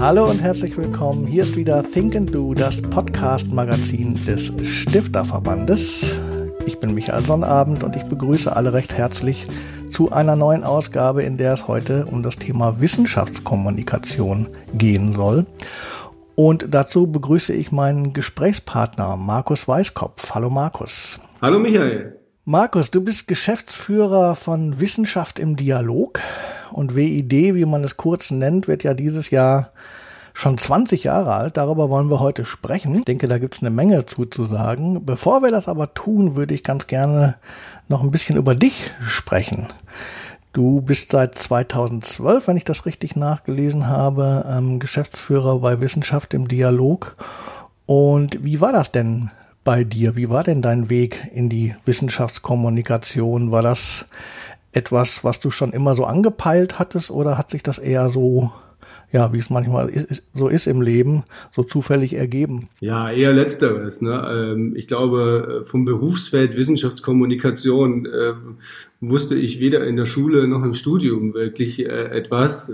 Hallo und herzlich willkommen. Hier ist wieder Think and Do, das Podcast-Magazin des Stifterverbandes. Ich bin Michael Sonnabend und ich begrüße alle recht herzlich zu einer neuen Ausgabe, in der es heute um das Thema Wissenschaftskommunikation gehen soll. Und dazu begrüße ich meinen Gesprächspartner Markus Weiskopf. Hallo Markus. Hallo Michael. Markus, du bist Geschäftsführer von Wissenschaft im Dialog und WID, wie man es kurz nennt, wird ja dieses Jahr schon 20 Jahre alt. Darüber wollen wir heute sprechen. Ich denke, da gibt es eine Menge zu sagen. Bevor wir das aber tun, würde ich ganz gerne noch ein bisschen über dich sprechen. Du bist seit 2012, wenn ich das richtig nachgelesen habe, Geschäftsführer bei Wissenschaft im Dialog. Und wie war das denn bei dir? Wie war denn dein Weg in die Wissenschaftskommunikation? War das etwas, was du schon immer so angepeilt hattest, oder hat sich das eher so, ja, wie es manchmal so ist im Leben, so zufällig ergeben? Ja, eher Letzteres. Ne? Ich glaube, vom Berufsfeld Wissenschaftskommunikation wusste ich weder in der Schule noch im Studium wirklich etwas.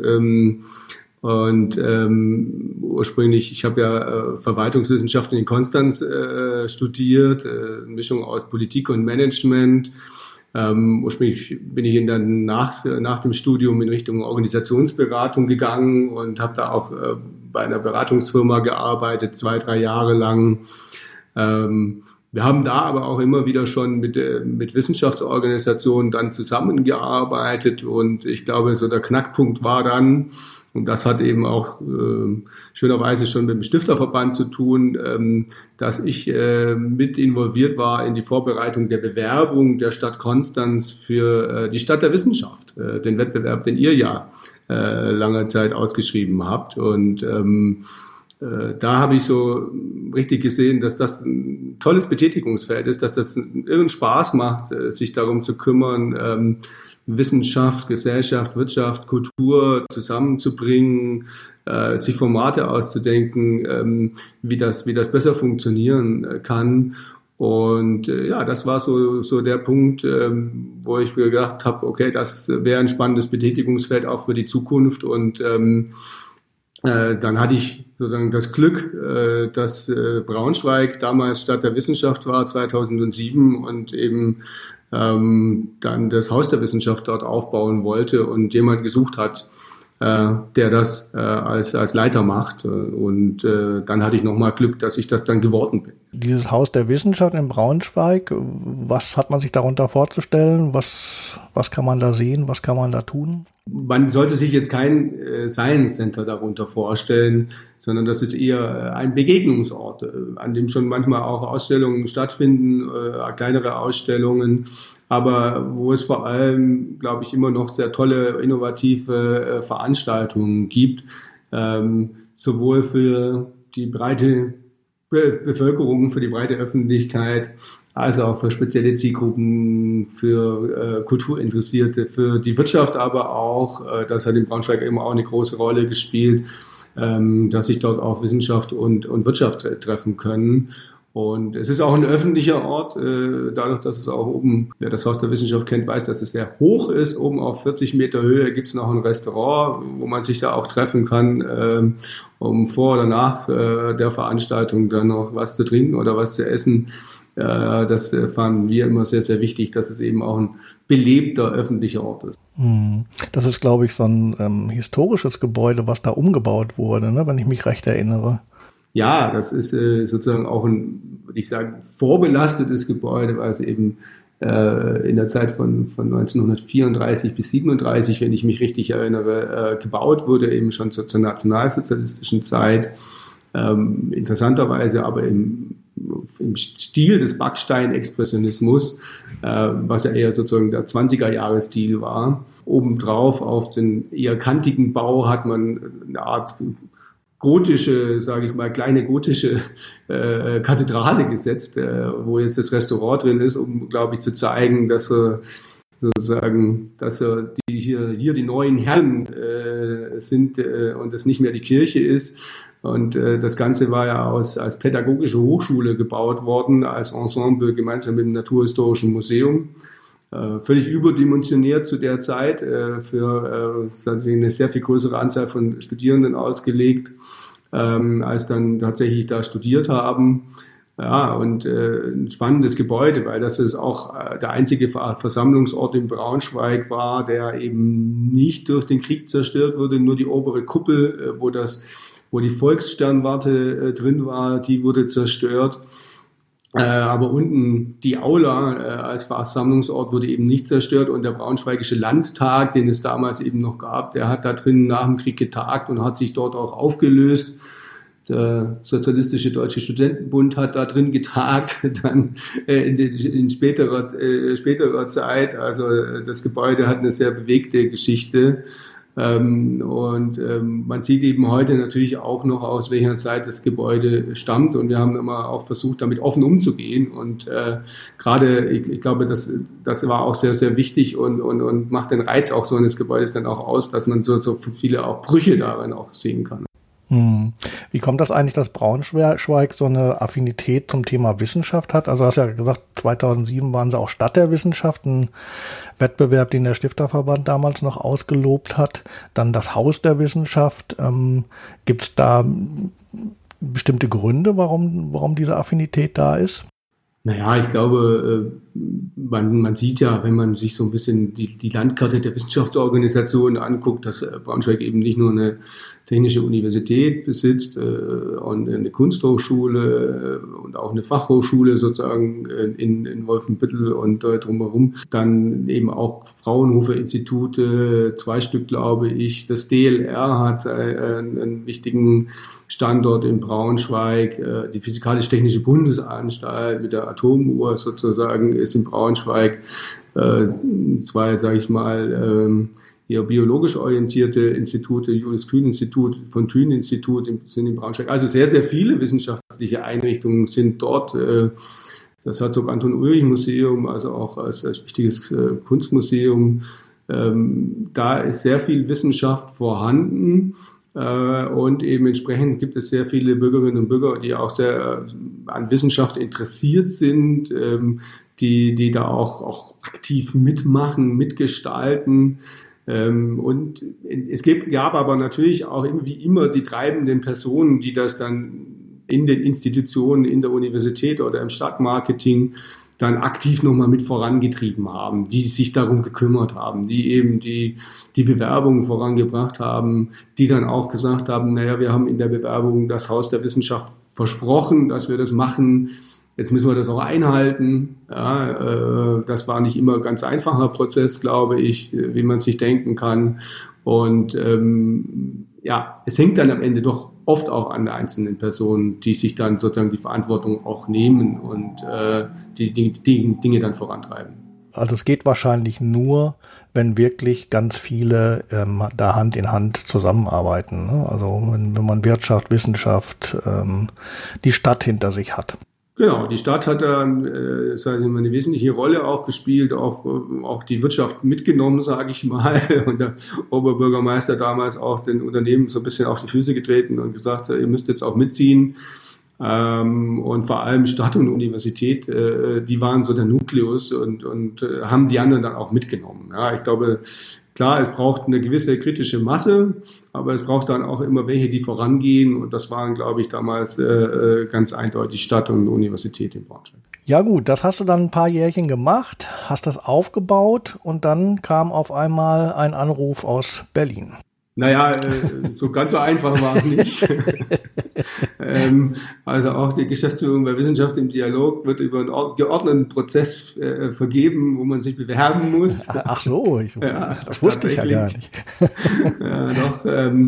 Ursprünglich, ich habe ja Verwaltungswissenschaften in Konstanz studiert, Mischung aus Politik und Management. Ursprünglich bin ich dann nach dem Studium in Richtung Organisationsberatung gegangen und habe da auch bei einer Beratungsfirma gearbeitet, 2-3 Jahre lang. Wir haben da aber auch immer wieder schon mit Wissenschaftsorganisationen dann zusammengearbeitet, und ich glaube, so der Knackpunkt war dann, und das hat eben auch schönerweise schon mit dem Stifterverband zu tun, dass ich mit involviert war in die Vorbereitung der Bewerbung der Stadt Konstanz für die Stadt der Wissenschaft, den Wettbewerb, den ihr ja lange Zeit ausgeschrieben habt. Und da habe ich so richtig gesehen, dass das ein tolles Betätigungsfeld ist, dass das irren Spaß macht, sich darum zu kümmern, Wissenschaft, Gesellschaft, Wirtschaft, Kultur zusammenzubringen, sich Formate auszudenken, wie das besser funktionieren kann. Und ja, das war so der Punkt, wo ich mir gedacht habe, okay, das wäre ein spannendes Betätigungsfeld auch für die Zukunft. Und dann hatte ich sozusagen das Glück, dass Braunschweig damals Stadt der Wissenschaft war, 2007, und eben dann das Haus der Wissenschaft dort aufbauen wollte und jemand gesucht hat, der das als Leiter macht. Und dann hatte ich nochmal Glück, dass ich das dann geworden bin. Dieses Haus der Wissenschaft in Braunschweig, was hat man sich darunter vorzustellen? Was kann man da sehen? Was kann man da tun? Man sollte sich jetzt kein Science Center darunter vorstellen, sondern das ist eher ein Begegnungsort, an dem schon manchmal auch Ausstellungen stattfinden, kleinere Ausstellungen, aber wo es vor allem, glaube ich, immer noch sehr tolle, innovative Veranstaltungen gibt, sowohl für die breite Bevölkerung, für die breite Öffentlichkeit, als auch für spezielle Zielgruppen, für Kulturinteressierte, für die Wirtschaft aber auch. Das hat in Braunschweig immer auch eine große Rolle gespielt, dass sich dort auch Wissenschaft und Wirtschaft treffen können. Und es ist auch ein öffentlicher Ort, dadurch, dass es auch oben, wer das Haus der Wissenschaft kennt, weiß, dass es sehr hoch ist. Oben auf 40 Meter Höhe gibt es noch ein Restaurant, wo man sich da auch treffen kann, um vor oder nach der Veranstaltung dann noch was zu trinken oder was zu essen. Das fanden wir immer sehr, sehr wichtig, dass es eben auch ein belebter öffentlicher Ort ist. Das ist, glaube ich, so ein historisches Gebäude, was da umgebaut wurde, ne, wenn ich mich recht erinnere. Ja, das ist sozusagen auch ein, würde ich sagen, vorbelastetes Gebäude, weil es eben in der Zeit von 1934 bis 1937, wenn ich mich richtig erinnere, gebaut wurde, eben schon zur nationalsozialistischen Zeit. Interessanterweise aber im Stil des Backstein-Expressionismus, was ja eher sozusagen der 20er-Jahres-Stil war. Obendrauf auf den eher kantigen Bau hat man eine Art gotische, sage ich mal, kleine gotische Kathedrale gesetzt, wo jetzt das Restaurant drin ist, um, glaube ich, zu zeigen, dass sozusagen, dass hier die neuen Herren sind und es nicht mehr die Kirche ist. Und das Ganze war ja als pädagogische Hochschule gebaut worden, als Ensemble gemeinsam mit dem Naturhistorischen Museum. völlig überdimensioniert zu der Zeit, für eine sehr viel größere Anzahl von Studierenden ausgelegt, als dann tatsächlich da studiert haben. Ja, und ein spannendes Gebäude, weil das ist auch der einzige Versammlungsort in Braunschweig war, der eben nicht durch den Krieg zerstört wurde. Nur die obere Kuppel, wo die Volkssternwarte drin war, die wurde zerstört. Aber unten die Aula als Versammlungsort wurde eben nicht zerstört, und der Braunschweigische Landtag, den es damals eben noch gab, der hat da drin nach dem Krieg getagt und hat sich dort auch aufgelöst. Der Sozialistische Deutsche Studentenbund hat da drin getagt, dann in späterer Zeit. Also das Gebäude hat eine sehr bewegte Geschichte. Und man sieht eben heute natürlich auch noch, aus welcher Zeit das Gebäude stammt. Und wir haben immer auch versucht, damit offen umzugehen. Und gerade, ich glaube, das war auch sehr, sehr wichtig und macht den Reiz auch so eines Gebäudes dann auch aus, dass man so viele auch Brüche darin auch sehen kann. Wie kommt das eigentlich, dass Braunschweig so eine Affinität zum Thema Wissenschaft hat? Also du hast ja gesagt, 2007 waren sie auch Stadt der Wissenschaft, ein Wettbewerb, den der Stifterverband damals noch ausgelobt hat. Dann das Haus der Wissenschaft. Gibt es da bestimmte Gründe, warum diese Affinität da ist? Naja, ich glaube, man sieht ja, wenn man sich so ein bisschen die Landkarte der Wissenschaftsorganisation anguckt, dass Braunschweig eben nicht nur eine technische Universität besitzt und eine Kunsthochschule und auch eine Fachhochschule sozusagen in Wolfenbüttel und drumherum. Dann eben auch Fraunhofer-Institute, 2 Stück, glaube ich. Das DLR hat einen wichtigen Standort in Braunschweig. Die Physikalisch-Technische Bundesanstalt mit der Atomuhr sozusagen ist in Braunschweig. 2, sage ich mal, eher biologisch orientierte Institute, Julius-Kühn-Institut, von Thün-Institut sind in Braunschweig. Also sehr, sehr viele wissenschaftliche Einrichtungen sind dort. Das Herzog-Anton-Ulrich-Museum, also auch als wichtiges Kunstmuseum. Da ist sehr viel Wissenschaft vorhanden. Und eben entsprechend gibt es sehr viele Bürgerinnen und Bürger, die auch sehr an Wissenschaft interessiert sind, die da auch aktiv mitmachen, mitgestalten. Und es gab aber natürlich auch wie immer die treibenden Personen, die das dann in den Institutionen, in der Universität oder im Stadtmarketing dann aktiv nochmal mit vorangetrieben haben, die sich darum gekümmert haben, die eben die Bewerbung vorangebracht haben, die dann auch gesagt haben, naja, wir haben in der Bewerbung das Haus der Wissenschaft versprochen, dass wir das machen. Jetzt müssen wir das auch einhalten. Ja, das war nicht immer ein ganz einfacher Prozess, glaube ich, wie man sich denken kann. Und es hängt dann am Ende doch oft auch an der einzelnen Person, die sich dann sozusagen die Verantwortung auch nehmen und die Dinge dann vorantreiben. Also es geht wahrscheinlich nur, wenn wirklich ganz viele da Hand in Hand zusammenarbeiten. Ne? Also wenn man Wirtschaft, Wissenschaft, die Stadt hinter sich hat. Genau, die Stadt hat da eine wesentliche Rolle auch gespielt, auch die Wirtschaft mitgenommen, sage ich mal. Und der Oberbürgermeister damals auch den Unternehmen so ein bisschen auf die Füße getreten und gesagt, ihr müsst jetzt auch mitziehen. Und vor allem Stadt und Universität, die waren so der Nukleus und haben die anderen dann auch mitgenommen. Ja, ich glaube, klar, es braucht eine gewisse kritische Masse, aber es braucht dann auch immer welche, die vorangehen. Und das waren, glaube ich, damals ganz eindeutig Stadt und Universität in Braunschweig. Ja gut, das hast du dann ein paar Jährchen gemacht, hast das aufgebaut und dann kam auf einmal ein Anruf aus Berlin. Naja, so ganz so einfach war es nicht. Also auch die Geschäftsführung bei Wissenschaft im Dialog wird über einen geordneten Prozess vergeben, wo man sich bewerben muss. Ach so, das wusste ich ja gar nicht. Ja, doch,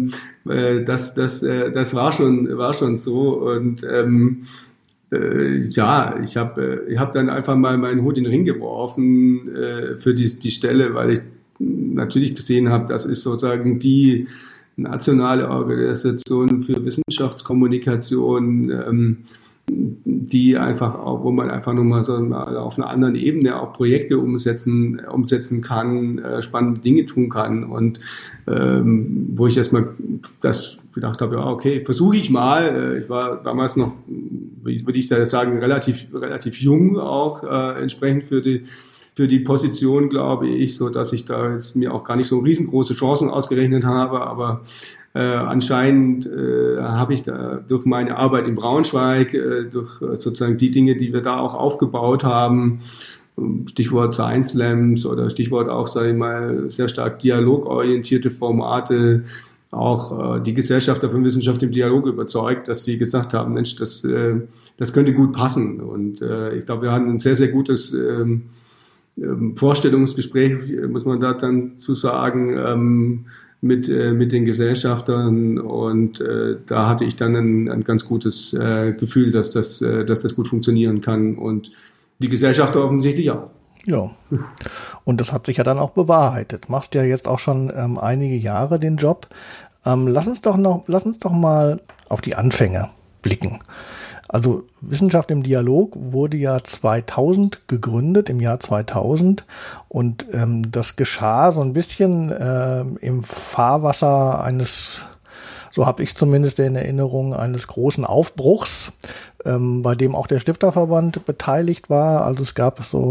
das war schon so. Und ich habe dann einfach mal meinen Hut in den Ring geworfen für die Stelle, weil ich natürlich gesehen habe, das ist sozusagen die nationale Organisation für Wissenschaftskommunikation, die einfach auch, wo man einfach nochmal so auf einer anderen Ebene auch Projekte umsetzen kann, spannende Dinge tun kann und wo ich erstmal das gedacht habe, ja okay, versuche ich mal. Ich war damals noch, würde ich sagen, relativ jung auch entsprechend für für die Position, glaube ich, so dass ich da jetzt mir auch gar nicht so riesengroße Chancen ausgerechnet habe, aber anscheinend habe ich da durch meine Arbeit in Braunschweig, durch sozusagen die Dinge, die wir da auch aufgebaut haben, Stichwort Science Slams oder Stichwort auch, sage ich mal, sehr stark dialogorientierte Formate, auch die Gesellschafter von Wissenschaft im Dialog überzeugt, dass sie gesagt haben, Mensch, das könnte gut passen. Und ich glaube, wir hatten ein sehr, sehr gutes Vorstellungsgespräch, muss man da dann zu sagen, mit den Gesellschaftern. Und da hatte ich dann ein ganz gutes Gefühl, dass das gut funktionieren kann. Und die Gesellschafter offensichtlich auch. Ja, und das hat sich ja dann auch bewahrheitet. Machst ja jetzt auch schon einige Jahre den Job. Lass uns doch mal auf die Anfänge blicken. Also Wissenschaft im Dialog wurde ja 2000 gegründet, im Jahr 2000. Und das geschah so ein bisschen im Fahrwasser eines, so habe ich zumindest in Erinnerung, eines großen Aufbruchs, bei dem auch der Stifterverband beteiligt war. Also es gab so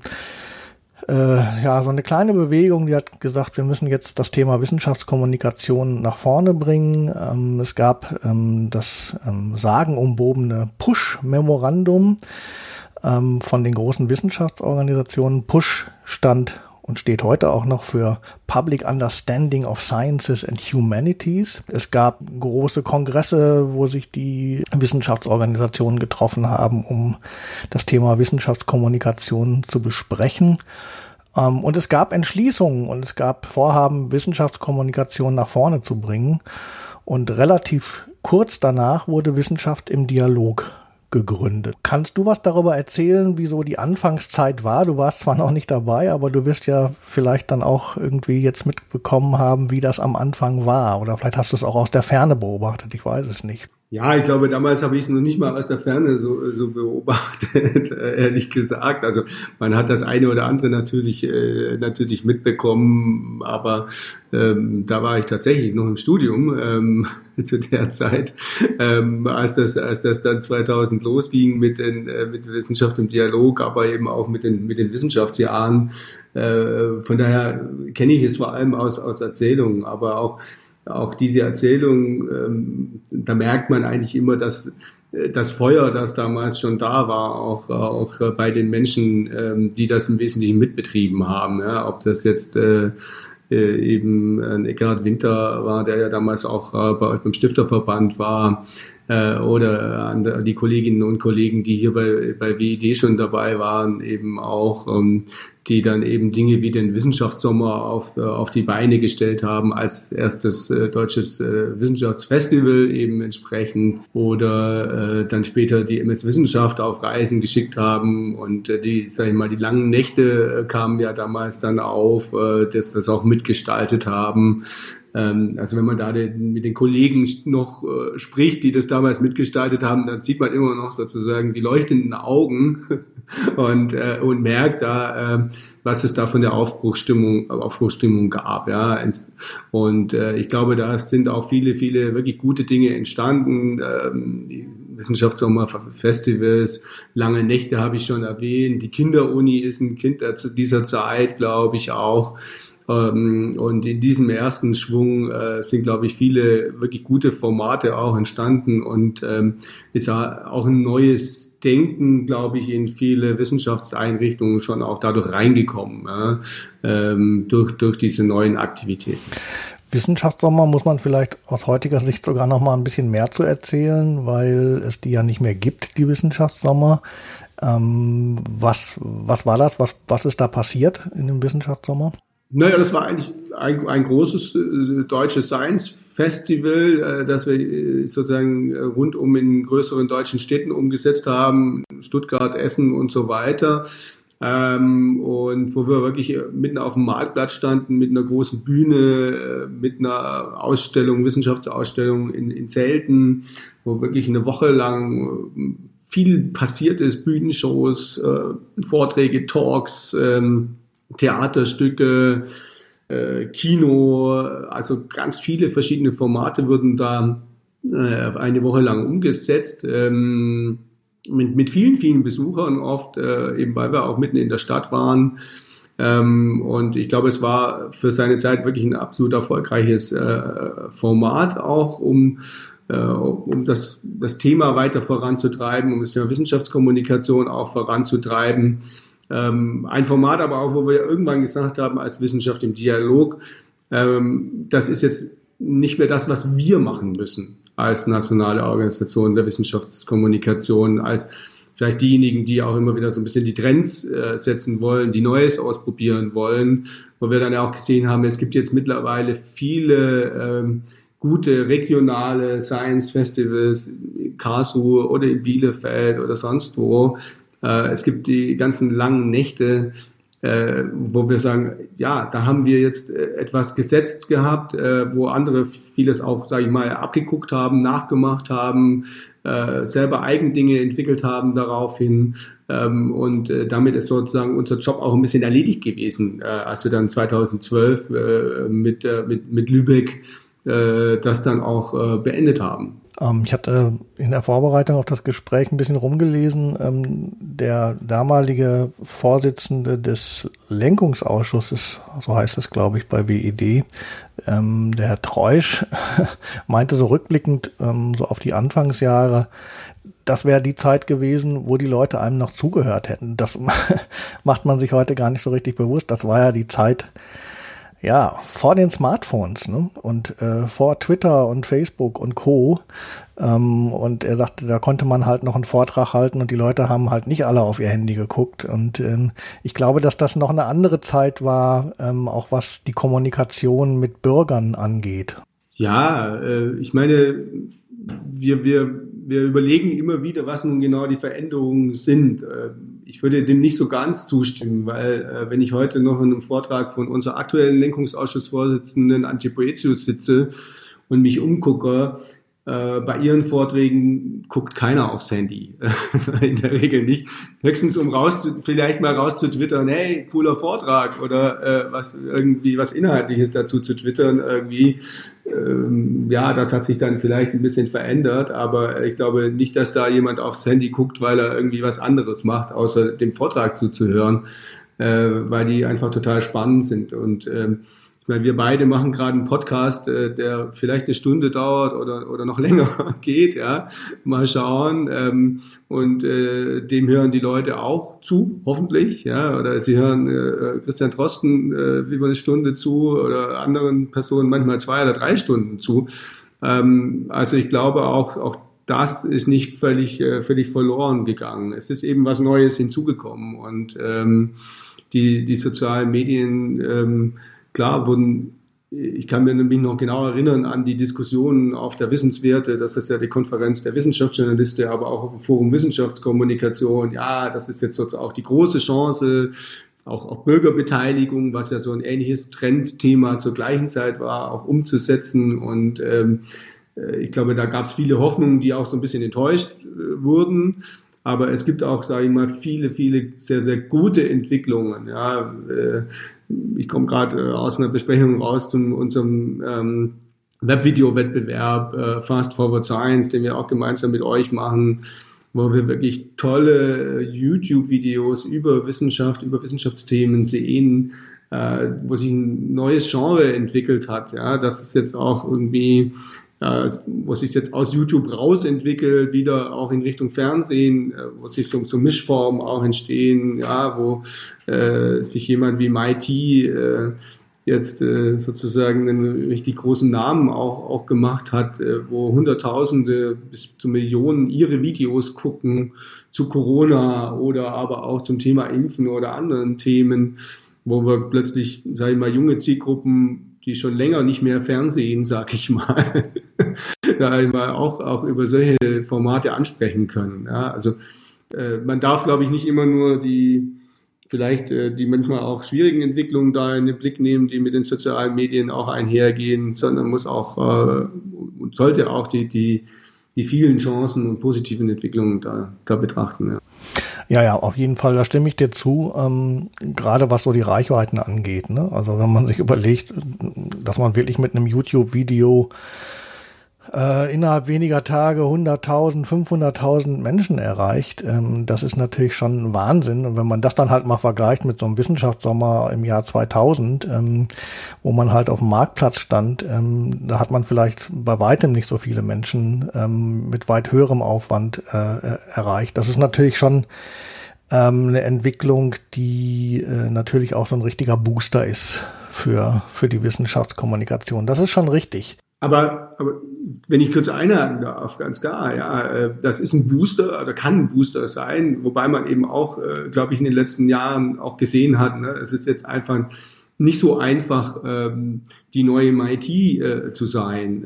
eine kleine Bewegung, die hat gesagt, wir müssen jetzt das Thema Wissenschaftskommunikation nach vorne bringen. Es gab das sagenumwobene PUSH-Memorandum von den großen Wissenschaftsorganisationen. PUSH stand und steht heute auch noch für Public Understanding of Sciences and Humanities. Es gab große Kongresse, wo sich die Wissenschaftsorganisationen getroffen haben, um das Thema Wissenschaftskommunikation zu besprechen. Und es gab Entschließungen und es gab Vorhaben, Wissenschaftskommunikation nach vorne zu bringen. Und relativ kurz danach wurde Wissenschaft im Dialog gegründet. Kannst du was darüber erzählen, wie so die Anfangszeit war? Du warst zwar noch nicht dabei, aber du wirst ja vielleicht dann auch irgendwie jetzt mitbekommen haben, wie das am Anfang war. Oder vielleicht hast du es auch aus der Ferne beobachtet, ich weiß es nicht. Ja, ich glaube, damals habe ich es noch nicht mal aus der Ferne so beobachtet, ehrlich gesagt. Also man hat das eine oder andere natürlich mitbekommen, aber da war ich tatsächlich noch im Studium zu der Zeit, als das dann 2000 losging mit Wissenschaft im Dialog, aber eben auch mit den Wissenschaftsjahren. Von daher kenne ich es vor allem aus Erzählungen, aber auch diese Erzählung, da merkt man eigentlich immer, dass das Feuer, das damals schon da war, auch bei den Menschen, die das im Wesentlichen mitbetrieben haben. Ja, ob das jetzt eben Eckhard Winter war, der ja damals auch bei euch beim Stifterverband war, oder die Kolleginnen und Kollegen, die hier bei WID schon dabei waren, eben auch, die dann eben Dinge wie den Wissenschaftssommer auf die Beine gestellt haben, als erstes deutsches Wissenschaftsfestival eben entsprechend, oder dann später die MS Wissenschaft auf Reisen geschickt haben, und die langen Nächte kamen ja damals dann auf, das auch mitgestaltet haben. Also wenn man da mit den Kollegen noch spricht, die das damals mitgestaltet haben, dann sieht man immer noch sozusagen die leuchtenden Augen und merkt da, was es da von der Aufbruchsstimmung gab. Ja. Und ich glaube, da sind auch viele, viele wirklich gute Dinge entstanden. Die Wissenschaftssommerfestivals, lange Nächte habe ich schon erwähnt. Die Kinderuni ist ein Kind dieser Zeit, glaube ich auch. Und in diesem ersten Schwung sind, glaube ich, viele wirklich gute Formate auch entstanden, und ist auch ein neues Denken, glaube ich, in viele Wissenschaftseinrichtungen schon auch dadurch reingekommen, durch diese neuen Aktivitäten. Wissenschaftssommer muss man vielleicht aus heutiger Sicht sogar noch mal ein bisschen mehr zu erzählen, weil es die ja nicht mehr gibt, die Wissenschaftssommer. Was war das? Was ist da passiert in dem Wissenschaftssommer? Naja, das war eigentlich ein großes deutsches Science-Festival, das wir sozusagen rundum in größeren deutschen Städten umgesetzt haben, Stuttgart, Essen und so weiter. Und wo wir wirklich mitten auf dem Marktplatz standen, mit einer großen Bühne, mit einer Ausstellung, Wissenschaftsausstellung in Zelten, wo wirklich eine Woche lang viel passiert ist, Bühnenshows, Vorträge, Talks, Theaterstücke, Kino, also ganz viele verschiedene Formate wurden da eine Woche lang umgesetzt. mit vielen, vielen Besuchern oft, eben weil wir auch mitten in der Stadt waren. Und ich glaube, es war für seine Zeit wirklich ein absolut erfolgreiches Format auch, um das Thema weiter voranzutreiben, um das Thema Wissenschaftskommunikation auch voranzutreiben. Ein Format aber auch, wo wir irgendwann gesagt haben, als Wissenschaft im Dialog, das ist jetzt nicht mehr das, was wir machen müssen als nationale Organisation der Wissenschaftskommunikation, als vielleicht diejenigen, die auch immer wieder so ein bisschen die Trends setzen wollen, die Neues ausprobieren wollen, wo wir dann ja auch gesehen haben, es gibt jetzt mittlerweile viele gute regionale Science Festivals in Karlsruhe oder in Bielefeld oder sonst wo. Es gibt die ganzen langen Nächte, wo wir sagen, ja, da haben wir jetzt etwas gesetzt gehabt, wo andere vieles auch, sage ich mal, abgeguckt haben, nachgemacht haben, selber Eigendinge entwickelt haben daraufhin. Und damit ist sozusagen unser Job auch ein bisschen erledigt gewesen, als wir dann 2012 mit Lübeck das dann auch beendet haben. Ich hatte in der Vorbereitung auf das Gespräch ein bisschen rumgelesen. Der damalige Vorsitzende des Lenkungsausschusses, so heißt es, glaube ich, bei WED, der Herr Treusch, meinte so rückblickend so auf die Anfangsjahre, das wäre die Zeit gewesen, wo die Leute einem noch zugehört hätten. Das macht man sich heute gar nicht so richtig bewusst. Das war ja die Zeit, ja, vor den Smartphones, ne? Und vor Twitter und Facebook und Co. Und er sagte, da konnte man halt noch einen Vortrag halten und die Leute haben halt nicht alle auf ihr Handy geguckt. Und ich glaube, dass das noch eine andere Zeit war, auch was die Kommunikation mit Bürgern angeht. Ja, ich meine, wir überlegen immer wieder, was nun genau die Veränderungen sind. Ich würde dem nicht so ganz zustimmen, weil wenn ich heute noch in einem Vortrag von unserer aktuellen Lenkungsausschussvorsitzenden Antje Boetius sitze und mich umgucke, bei ihren Vorträgen guckt keiner aufs Handy. In der Regel nicht. Höchstens um vielleicht mal rauszutwittern, hey, cooler Vortrag oder was Inhaltliches dazu zu twittern irgendwie. Ja, das hat sich dann vielleicht ein bisschen verändert, aber ich glaube nicht, dass da jemand aufs Handy guckt, weil er irgendwie was anderes macht, außer dem Vortrag zuzuhören, weil die einfach total spannend sind. Und ich meine, wir beide machen gerade einen Podcast, der vielleicht eine Stunde dauert oder noch länger geht, ja. Mal schauen. Und dem hören die Leute auch zu, hoffentlich, ja. Oder sie hören Christian Drosten über eine Stunde zu oder anderen Personen manchmal 2 oder 3 Stunden zu. Also ich glaube auch das ist nicht völlig verloren gegangen. Es ist eben was Neues hinzugekommen und die sozialen Medien klar ich kann mir nämlich noch genau erinnern an die Diskussionen auf der Wissenswerte, das ist ja die Konferenz der Wissenschaftsjournalisten, aber auch auf dem Forum Wissenschaftskommunikation. Ja, das ist jetzt sozusagen auch die große Chance, auch Bürgerbeteiligung, was ja so ein ähnliches Trendthema zur gleichen Zeit war, auch umzusetzen. Und ich glaube, da gab es viele Hoffnungen, die auch so ein bisschen enttäuscht wurden. Aber es gibt auch, sage ich mal, viele, viele sehr, sehr gute Entwicklungen. Ja, ich komme gerade aus einer Besprechung raus zu unserem Webvideo-Wettbewerb Fast Forward Science, den wir auch gemeinsam mit euch machen, wo wir wirklich tolle YouTube-Videos über Wissenschaft, über Wissenschaftsthemen sehen, wo sich ein neues Genre entwickelt hat. Ja, das ist jetzt auch irgendwie wo sich jetzt aus YouTube rausentwickelt, wieder auch in Richtung Fernsehen, wo sich so Mischformen auch entstehen, ja, wo sich jemand wie MIT jetzt sozusagen einen richtig großen Namen auch gemacht hat, wo Hunderttausende bis zu Millionen ihre Videos gucken zu Corona oder aber auch zum Thema Impfen oder anderen Themen, wo wir plötzlich, sage ich mal, junge Zielgruppen, die schon länger nicht mehr Fernsehen, sag ich mal, auch über solche Formate ansprechen können. Ja, also man darf, glaube ich, nicht immer nur die manchmal auch schwierigen Entwicklungen da in den Blick nehmen, die mit den sozialen Medien auch einhergehen, sondern muss auch und sollte auch die vielen Chancen und positiven Entwicklungen da betrachten. Ja. Ja, auf jeden Fall, da stimme ich dir zu, gerade was so die Reichweiten angeht, ne? Also wenn man sich überlegt, dass man wirklich mit einem YouTube-Video innerhalb weniger Tage 100.000, 500.000 Menschen erreicht. Das ist natürlich schon ein Wahnsinn. Und wenn man das dann halt mal vergleicht mit so einem Wissenschaftssommer im Jahr 2000, wo man halt auf dem Marktplatz stand, da hat man vielleicht bei weitem nicht so viele Menschen mit weit höherem Aufwand erreicht. Das ist natürlich schon eine Entwicklung, die natürlich auch so ein richtiger Booster ist für die Wissenschaftskommunikation. Das ist schon richtig. Aber wenn ich kurz einhaken darf, ganz klar, ja, das ist ein Booster oder kann ein Booster sein, wobei man eben auch, glaube ich, in den letzten Jahren auch gesehen hat, ne, es ist jetzt einfach nicht so einfach, die neue MIT zu sein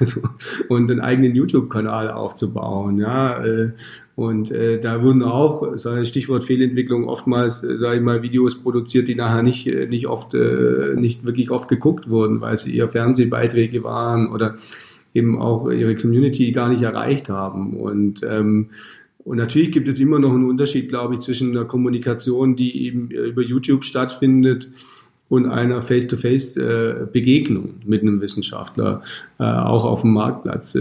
und einen eigenen YouTube-Kanal aufzubauen, ja. Und da wurden auch, Stichwort Fehlentwicklung, oftmals, sage ich mal, Videos produziert, die nachher nicht wirklich oft geguckt wurden, weil sie eher Fernsehbeiträge waren oder eben auch ihre Community gar nicht erreicht haben. Und natürlich gibt es immer noch einen Unterschied, glaube ich, zwischen einer Kommunikation, die eben über YouTube stattfindet, und einer Face-to-Face-Begegnung mit einem Wissenschaftler, auch auf dem Marktplatz,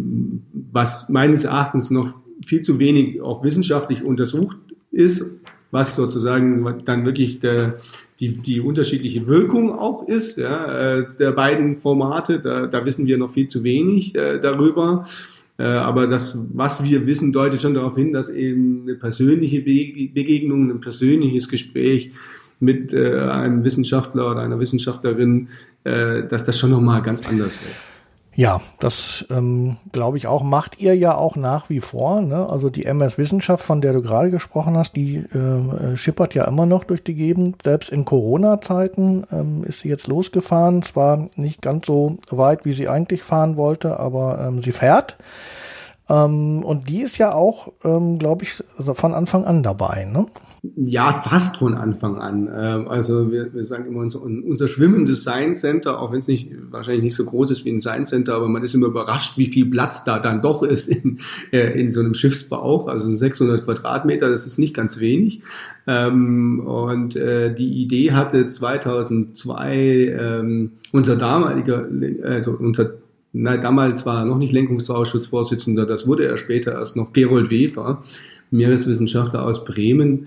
was meines Erachtens noch viel zu wenig auch wissenschaftlich untersucht ist, was sozusagen dann wirklich die unterschiedliche Wirkung auch ist, ja, der beiden Formate. Da wissen wir noch viel zu wenig darüber. Aber das, was wir wissen, deutet schon darauf hin, dass eben eine persönliche Begegnung, ein persönliches Gespräch mit einem Wissenschaftler oder einer Wissenschaftlerin, dass das schon nochmal ganz anders wird. Ja, das glaube ich auch. Macht ihr ja auch nach wie vor, ne? Also die MS Wissenschaft, von der du gerade gesprochen hast, die schippert ja immer noch durch die Gegend. Selbst in Corona-Zeiten ist sie jetzt losgefahren. Zwar nicht ganz so weit, wie sie eigentlich fahren wollte, aber sie fährt. Und die ist ja auch, glaube ich, von Anfang an dabei, ne? Ja, fast von Anfang an. Also wir sagen immer unser schwimmendes Science Center, auch wenn es wahrscheinlich nicht so groß ist wie ein Science Center, aber man ist immer überrascht, wie viel Platz da dann doch ist in so einem Schiffsbauch. Also 600 Quadratmeter, das ist nicht ganz wenig. Und die Idee hatte 2002 damals war er noch nicht Lenkungsausschussvorsitzender, das wurde er später erst noch, Gerold Wefer, Meereswissenschaftler aus Bremen,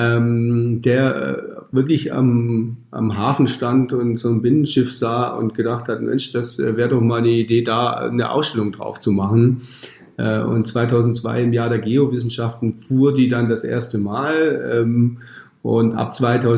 der wirklich am Hafen stand und so ein Binnenschiff sah und gedacht hat, Mensch, das wäre doch mal eine Idee, da eine Ausstellung drauf zu machen. Und 2002 im Jahr der Geowissenschaften fuhr die dann das erste Mal und ab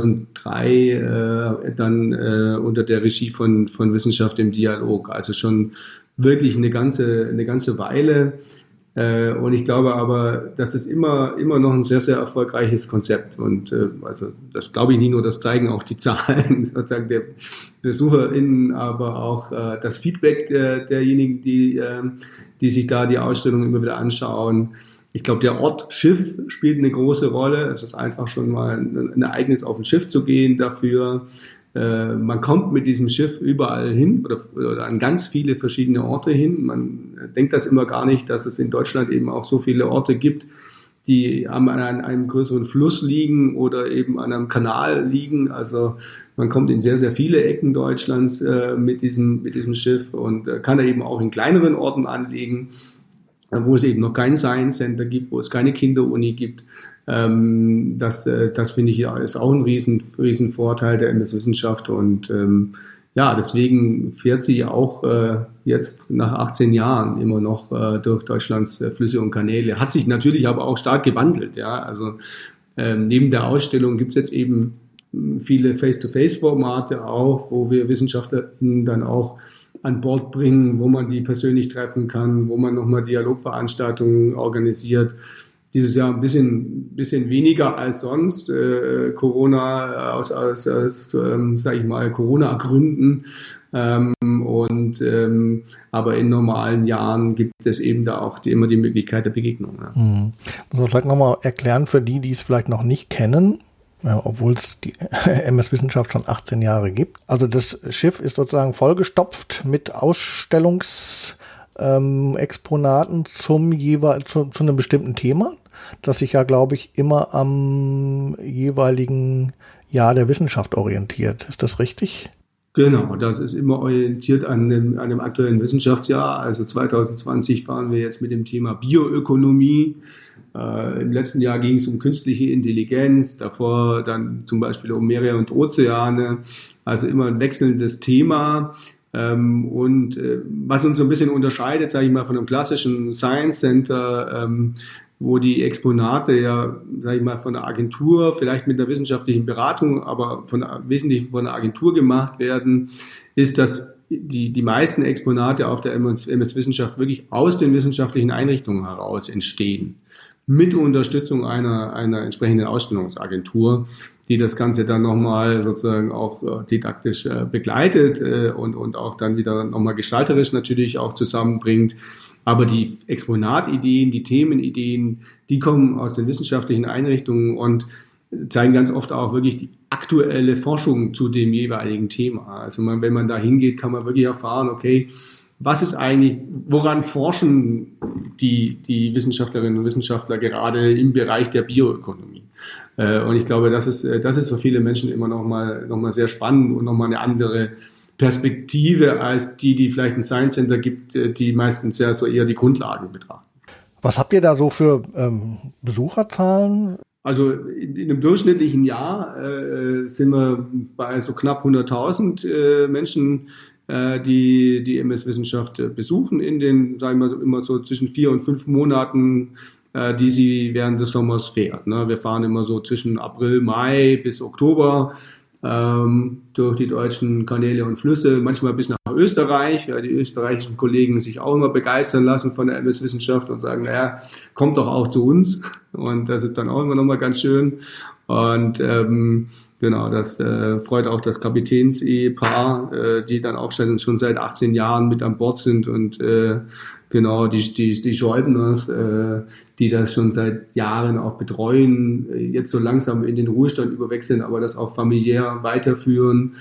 2003 dann unter der Regie von Wissenschaft im Dialog. Also schon wirklich eine ganze Weile. Und ich glaube aber, das ist immer noch ein sehr, sehr erfolgreiches Konzept. Und also das glaube ich nicht nur, das zeigen auch die Zahlen sozusagen der BesucherInnen, aber auch das Feedback derjenigen, die sich da die Ausstellung immer wieder anschauen. Ich glaube, der Ort Schiff spielt eine große Rolle. Es ist einfach schon mal ein Ereignis, auf ein Schiff zu gehen dafür. Man kommt mit diesem Schiff überall hin oder an ganz viele verschiedene Orte hin. Man denkt das immer gar nicht, dass es in Deutschland eben auch so viele Orte gibt, die an einem größeren Fluss liegen oder eben an einem Kanal liegen. Also man kommt in sehr, sehr viele Ecken Deutschlands mit diesem Schiff und kann da eben auch in kleineren Orten anlegen, wo es eben noch kein Science Center gibt, wo es keine Kinderuni gibt. Das finde ich ja ist auch ein riesen Vorteil der MS Wissenschaft und deswegen fährt sie auch jetzt nach 18 Jahren immer noch durch Deutschlands Flüsse und Kanäle. Hat sich natürlich aber auch stark gewandelt, ja. Also neben der Ausstellung gibt es jetzt eben viele Face-to-Face-Formate auch, wo wir WissenschaftlerInnen dann auch an Bord bringen, wo man die persönlich treffen kann, wo man nochmal Dialogveranstaltungen organisiert. Dieses Jahr ein bisschen weniger als sonst, Corona aus sage ich mal, Corona-Gründen. Aber in normalen Jahren gibt es eben da auch immer die Möglichkeit der Begegnung. Ja. Muss man vielleicht nochmal erklären für die es vielleicht noch nicht kennen, obwohl es die MS Wissenschaft schon 18 Jahre gibt. Also das Schiff ist sozusagen vollgestopft mit Ausstellungsexponaten zu einem bestimmten Thema, das sich ja, glaube ich, immer am jeweiligen Jahr der Wissenschaft orientiert. Ist das richtig? Genau, das ist immer orientiert an einem aktuellen Wissenschaftsjahr. Also 2020 fahren wir jetzt mit dem Thema Bioökonomie. Im letzten Jahr ging es um künstliche Intelligenz, davor dann zum Beispiel um Meere und Ozeane. Also immer ein wechselndes Thema. Was uns so ein bisschen unterscheidet, sage ich mal, von einem klassischen Science Center, wo die Exponate ja, sage ich mal, von der Agentur, vielleicht mit einer wissenschaftlichen Beratung, aber wesentlich von der Agentur gemacht werden, ist, dass die meisten Exponate auf der MS Wissenschaft wirklich aus den wissenschaftlichen Einrichtungen heraus entstehen. Mit Unterstützung einer entsprechenden Ausstellungsagentur, die das Ganze dann nochmal sozusagen auch didaktisch begleitet und auch dann wieder nochmal gestalterisch natürlich auch zusammenbringt. Aber die Exponatideen, die Themenideen, die kommen aus den wissenschaftlichen Einrichtungen und zeigen ganz oft auch wirklich die aktuelle Forschung zu dem jeweiligen Thema. Also wenn man da hingeht, kann man wirklich erfahren, okay, was ist eigentlich, woran forschen die Wissenschaftlerinnen und Wissenschaftler gerade im Bereich der Bioökonomie? Und ich glaube, das ist für viele Menschen immer noch mal sehr spannend und nochmal eine andere Perspektive als die vielleicht ein Science Center gibt, die meistens ja so eher die Grundlagen betrachten. Was habt ihr da so für Besucherzahlen? Also in einem durchschnittlichen Jahr sind wir bei so knapp 100.000 Menschen, die MS Wissenschaft besuchen in den, sagen wir immer so zwischen 4 und 5 Monaten, die sie während des Sommers fährt. Ne? Wir fahren immer so zwischen April, Mai bis Oktober durch die deutschen Kanäle und Flüsse, manchmal bis nach Österreich, weil die österreichischen Kollegen sich auch immer begeistern lassen von der MS Wissenschaft und sagen, naja, kommt doch auch zu uns. Und das ist dann auch immer nochmal ganz schön. Und genau, das freut auch das Kapitänsehepaar, die dann auch schon seit 18 Jahren mit an Bord sind und genau, die Scheubners, die das schon seit Jahren auch betreuen, jetzt so langsam in den Ruhestand überwechseln, aber das auch familiär weiterführen,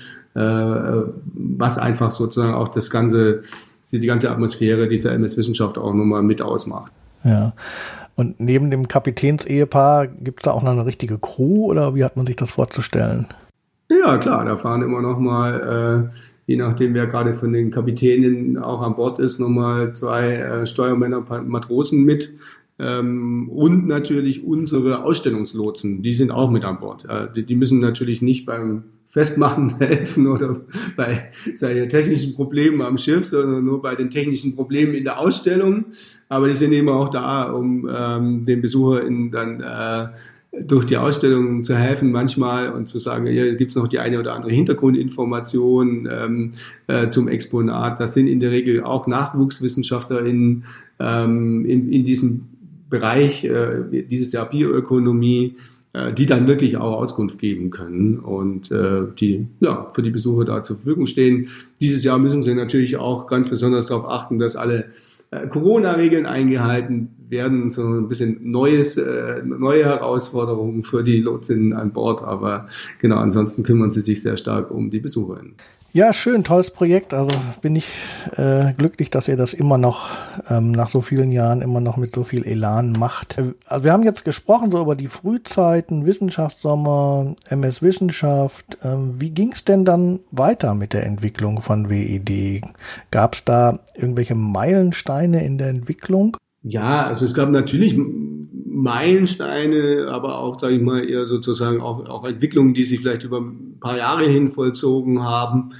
was einfach sozusagen auch die ganze Atmosphäre dieser MS-Wissenschaft auch nochmal mit ausmacht. Ja. Und neben dem Kapitänsehepaar gibt es da auch noch eine richtige Crew oder wie hat man sich das vorzustellen? Ja, klar, da fahren immer noch mal, je nachdem wer gerade von den Kapitänen auch an Bord ist, nochmal 2 Steuermänner, Matrosen mit. Und natürlich unsere Ausstellungslotsen, die sind auch mit an Bord. Die müssen natürlich nicht beim Festmachen helfen oder bei seinen technischen Problemen am Schiff, sondern nur bei den technischen Problemen in der Ausstellung. Aber die sind eben auch da, um den BesucherInnen dann durch die Ausstellung zu helfen manchmal und zu sagen, hier gibt's noch die eine oder andere Hintergrundinformation zum Exponat. Das sind in der Regel auch NachwuchswissenschaftlerInnen in diesem Bereich, dieses Jahr Bioökonomie, die dann wirklich auch Auskunft geben können und die für die Besucher da zur Verfügung stehen. Dieses Jahr müssen sie natürlich auch ganz besonders darauf achten, dass alle Corona-Regeln eingehalten werden, so ein bisschen neue Herausforderungen für die Lotsinnen an Bord, aber genau, ansonsten kümmern sie sich sehr stark um die BesucherInnen. Ja, schön, tolles Projekt. Also bin ich glücklich, dass ihr das immer noch nach so vielen Jahren immer noch mit so viel Elan macht. Also wir haben jetzt gesprochen so über die Frühzeiten, Wissenschaftssommer, MS Wissenschaft. Wie ging es denn dann weiter mit der Entwicklung von WED? Gab es da irgendwelche Meilensteine in der Entwicklung? Ja, also es gab natürlich Meilensteine, aber auch, sage ich mal, eher sozusagen auch Entwicklungen, die sich vielleicht über ein paar Jahre hin vollzogen haben.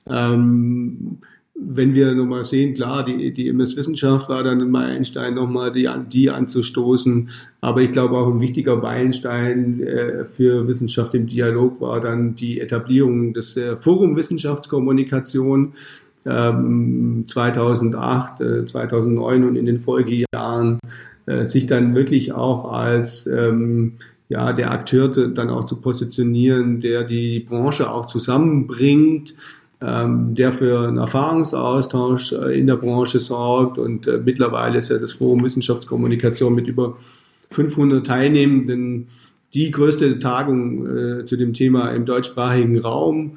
Wenn wir nochmal sehen, klar, die MS-Wissenschaft war dann ein Meilenstein nochmal, die anzustoßen. Aber ich glaube auch ein wichtiger Meilenstein für Wissenschaft im Dialog war dann die Etablierung des Forum Wissenschaftskommunikation 2008, 2009 und in den Folgejahren sich dann wirklich auch als der Akteur dann auch zu positionieren, der die Branche auch zusammenbringt, der für einen Erfahrungsaustausch in der Branche sorgt und mittlerweile ist ja das Forum Wissenschaftskommunikation mit über 500 Teilnehmenden die größte Tagung zu dem Thema im deutschsprachigen Raum,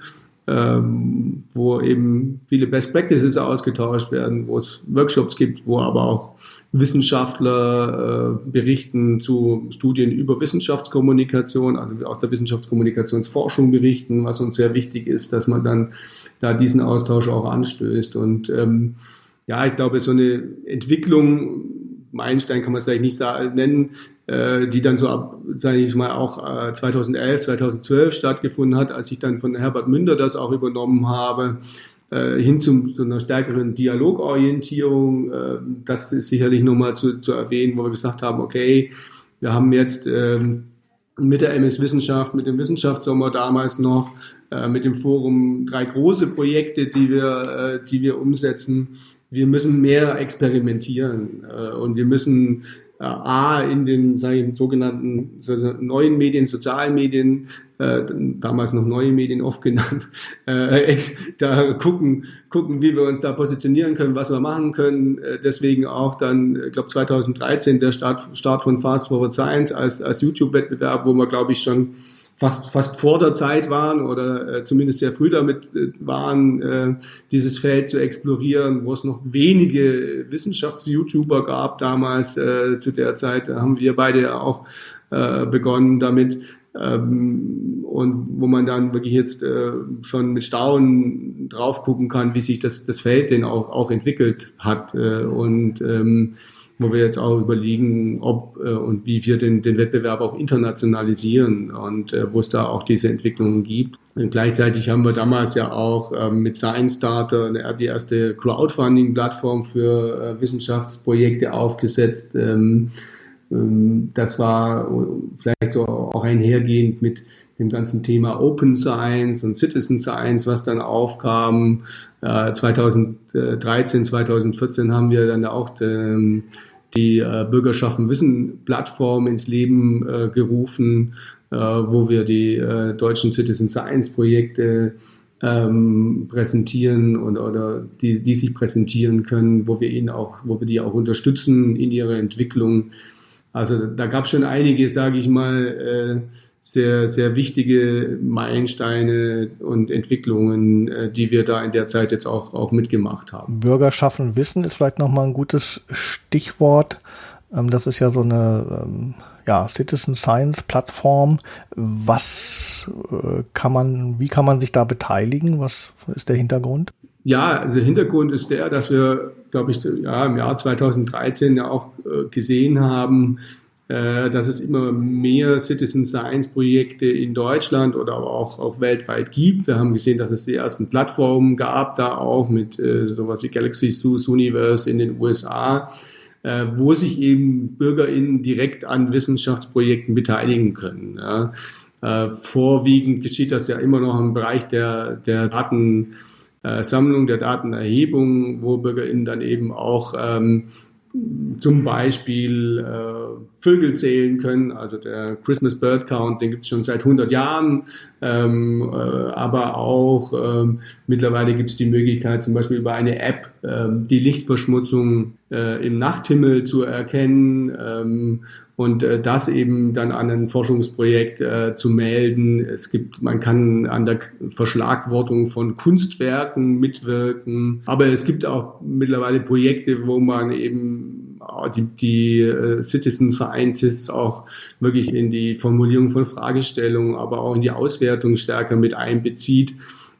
wo eben viele Best Practices ausgetauscht werden, wo es Workshops gibt, wo aber auch Wissenschaftler berichten zu Studien über Wissenschaftskommunikation, also aus der Wissenschaftskommunikationsforschung berichten, was uns sehr wichtig ist, dass man dann da diesen Austausch auch anstößt. Und ich glaube, so eine Entwicklung, Meilenstein kann man es vielleicht nicht nennen, die dann so ab, sage ich mal, auch 2011, 2012 stattgefunden hat, als ich dann von Herbert Münder das auch übernommen habe, hin zu einer stärkeren Dialogorientierung. Das ist sicherlich nochmal zu erwähnen, wo wir gesagt haben, okay, wir haben jetzt mit der MS Wissenschaft, mit dem Wissenschaftssommer damals noch, mit dem Forum 3 große Projekte, die wir umsetzen. Wir müssen mehr experimentieren und wir müssen in den sogenannten neuen Medien, sozialen Medien, damals noch neue Medien oft genannt, da gucken, wie wir uns da positionieren können, was wir machen können. Deswegen auch dann, ich glaube 2013 der Start von Fast Forward Science als YouTube-Wettbewerb, wo wir, glaube ich, schon fast vor der Zeit waren oder zumindest sehr früh damit waren, dieses Feld zu explorieren, wo es noch wenige Wissenschafts-YouTuber gab damals zu der Zeit. Da haben wir beide ja auch begonnen damit. Und wo man dann wirklich jetzt schon mit Staunen drauf gucken kann, wie sich das Feld denn auch entwickelt hat. Wo wir jetzt auch überlegen, ob und wie wir den Wettbewerb auch internationalisieren und wo es da auch diese Entwicklungen gibt. Und gleichzeitig haben wir damals ja auch mit Science Starter die erste Crowdfunding-Plattform für Wissenschaftsprojekte aufgesetzt. Das war vielleicht so auch einhergehend mit dem ganzen Thema Open Science und Citizen Science, was dann aufkam. 2013, 2014 haben wir dann auch die Bürgerschaffen Wissen Plattform ins Leben gerufen, wo wir die deutschen Citizen Science Projekte präsentieren oder die sich präsentieren können, wo wir die auch unterstützen in ihrer Entwicklung. Also da gab es schon einige, sage ich mal, sehr, sehr wichtige Meilensteine und Entwicklungen, die wir da in der Zeit jetzt auch mitgemacht haben. Bürger schaffen Wissen ist vielleicht nochmal ein gutes Stichwort. Das ist ja so eine Citizen Science Plattform. Wie kann man sich da beteiligen? Was ist der Hintergrund? Ja, also der Hintergrund ist der, dass wir, glaube ich, im Jahr 2013 ja auch gesehen haben, dass es immer mehr Citizen Science Projekte in Deutschland oder aber auch weltweit gibt. Wir haben gesehen, dass es die ersten Plattformen gab, da auch mit sowas wie Galaxy Zooniverse in den USA, wo sich eben BürgerInnen direkt an Wissenschaftsprojekten beteiligen können. Ja. Vorwiegend geschieht das ja immer noch im Bereich der Datensammlung, der Datenerhebung, wo BürgerInnen dann eben auch zum Beispiel Vögel zählen können, also der Christmas Bird Count, den gibt es schon seit 100 Jahren, aber auch mittlerweile gibt es die Möglichkeit, zum Beispiel über eine App die Lichtverschmutzung im Nachthimmel zu erkennen und das eben dann an ein Forschungsprojekt zu melden. Man kann an der Verschlagwortung von Kunstwerken mitwirken, aber es gibt auch mittlerweile Projekte, wo man eben die Citizen Scientists auch wirklich in die Formulierung von Fragestellungen, aber auch in die Auswertung stärker mit einbezieht.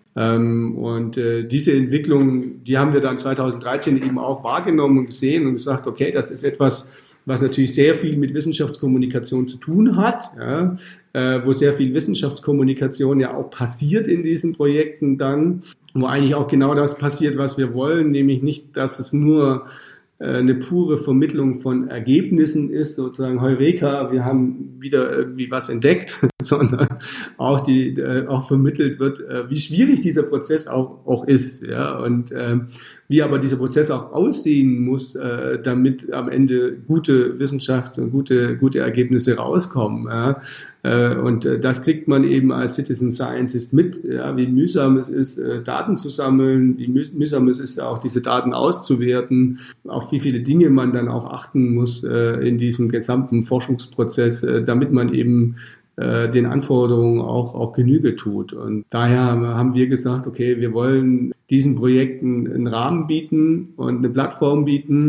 Diese Entwicklung, die haben wir dann 2013 eben auch wahrgenommen und gesehen und gesagt, okay, das ist etwas, was natürlich sehr viel mit Wissenschaftskommunikation zu tun hat, ja, wo sehr viel Wissenschaftskommunikation ja auch passiert in diesen Projekten dann, wo eigentlich auch genau das passiert, was wir wollen, nämlich nicht, dass es nur eine pure Vermittlung von Ergebnissen ist, sozusagen Heureka, wir haben wieder irgendwie was entdeckt, sondern auch vermittelt wird, wie schwierig dieser Prozess auch ist, ja, und wie aber dieser Prozess auch aussehen muss, damit am Ende gute Wissenschaft und gute Ergebnisse rauskommen, ja. Und das kriegt man eben als Citizen Scientist mit, ja, wie mühsam es ist, Daten zu sammeln, wie mühsam es ist, auch diese Daten auszuwerten, auf wie viele Dinge man dann auch achten muss in diesem gesamten Forschungsprozess, damit man eben den Anforderungen auch Genüge tut. Und daher haben wir gesagt, okay, wir wollen diesen Projekten einen Rahmen bieten und eine Plattform bieten,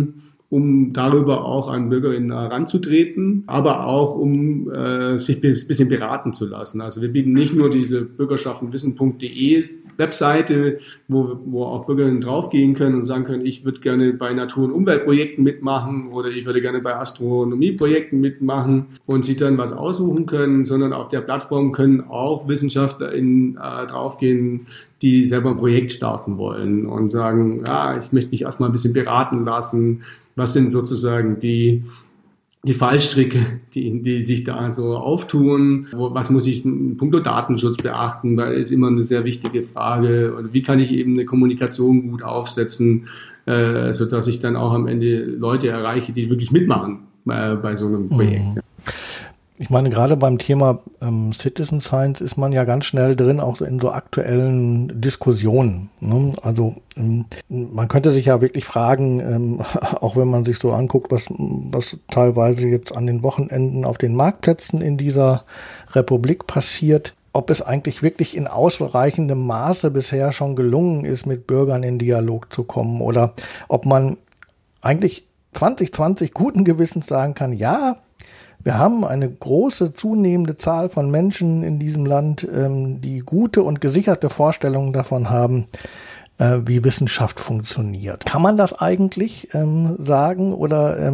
um darüber auch an BürgerInnen heranzutreten, aber auch um sich ein bisschen beraten zu lassen. Also wir bieten nicht nur diese bürgerschaftenwissen.de Webseite, wo auch BürgerInnen draufgehen können und sagen können, ich würde gerne bei Natur- und Umweltprojekten mitmachen oder ich würde gerne bei Astronomieprojekten mitmachen und sich dann was aussuchen können, sondern auf der Plattform können auch WissenschaftlerInnen draufgehen, die selber ein Projekt starten wollen und sagen, ich möchte mich erstmal ein bisschen beraten lassen. Was sind sozusagen die Fallstricke, die sich da so auftun? Was muss ich in puncto Datenschutz beachten? Weil es immer eine sehr wichtige Frage. Und wie kann ich eben eine Kommunikation gut aufsetzen, sodass ich dann auch am Ende Leute erreiche, die wirklich mitmachen bei so einem Projekt. Mhm. Ich meine, gerade beim Thema Citizen Science ist man ja ganz schnell drin, auch in so aktuellen Diskussionen. Ne? Also man könnte sich ja wirklich fragen, auch wenn man sich so anguckt, was teilweise jetzt an den Wochenenden auf den Marktplätzen in dieser Republik passiert, ob es eigentlich wirklich in ausreichendem Maße bisher schon gelungen ist, mit Bürgern in Dialog zu kommen oder ob man eigentlich 2020 guten Gewissens sagen kann, ja, wir haben eine große, zunehmende Zahl von Menschen in diesem Land, die gute und gesicherte Vorstellungen davon haben, wie Wissenschaft funktioniert. Kann man das eigentlich sagen oder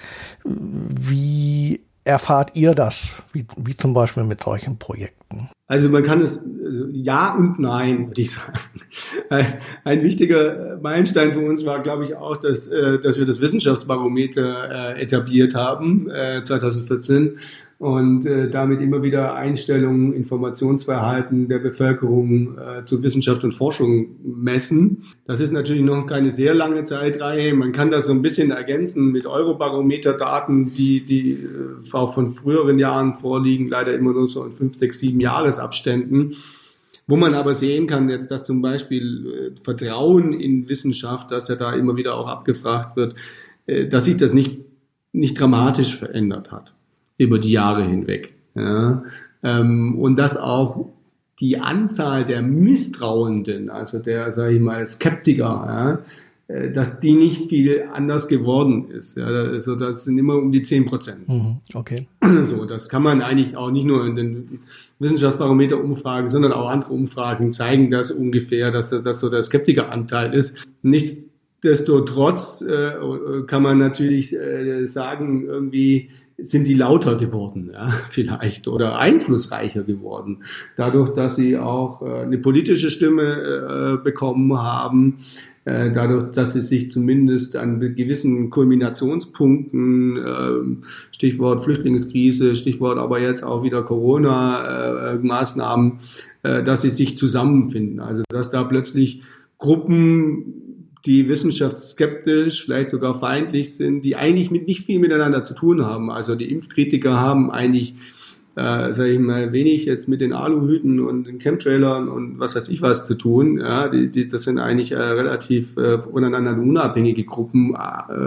wie erfahrt ihr das, wie zum Beispiel mit solchen Projekten? Also man kann es ja und nein, würde ich sagen. Ein wichtiger Meilenstein für uns war, glaube ich, auch, dass wir das Wissenschaftsbarometer etabliert haben, 2014, und damit immer wieder Einstellungen, Informationsverhalten der Bevölkerung zu Wissenschaft und Forschung messen. Das ist natürlich noch keine sehr lange Zeitreihe. Man kann das so ein bisschen ergänzen mit Eurobarometer-Daten, die auch von früheren Jahren vorliegen, leider immer nur so in 5, 6, 7 Jahresabständen. Wo man aber sehen kann jetzt, dass zum Beispiel Vertrauen in Wissenschaft, das ja da immer wieder auch abgefragt wird, dass sich das nicht dramatisch verändert hat über die Jahre hinweg. Ja. Und dass auch die Anzahl der Misstrauenden, also der, sage ich mal, Skeptiker, dass die nicht viel anders geworden ist. Ja. Also das sind immer um die 10%. Okay. So, das kann man eigentlich auch nicht nur in den Wissenschaftsbarometer-Umfragen, sondern auch andere Umfragen zeigen das ungefähr, dass das so der Skeptikeranteil ist. Nichtsdestotrotz kann man natürlich sagen, irgendwie sind die lauter geworden, ja, vielleicht, oder einflussreicher geworden, dadurch, dass sie auch eine politische Stimme bekommen haben, dadurch, dass sie sich zumindest an gewissen Kulminationspunkten, Stichwort Flüchtlingskrise, Stichwort aber jetzt auch wieder Corona-Maßnahmen, dass sie sich zusammenfinden. Also dass da plötzlich Gruppen, die wissenschaftsskeptisch, vielleicht sogar feindlich sind, die eigentlich nicht viel miteinander zu tun haben. Also die Impfkritiker haben eigentlich, sage ich mal, wenig jetzt mit den Aluhüten und den Chemtrailern und was weiß ich was zu tun. Ja, das sind eigentlich relativ voneinander unabhängige Gruppen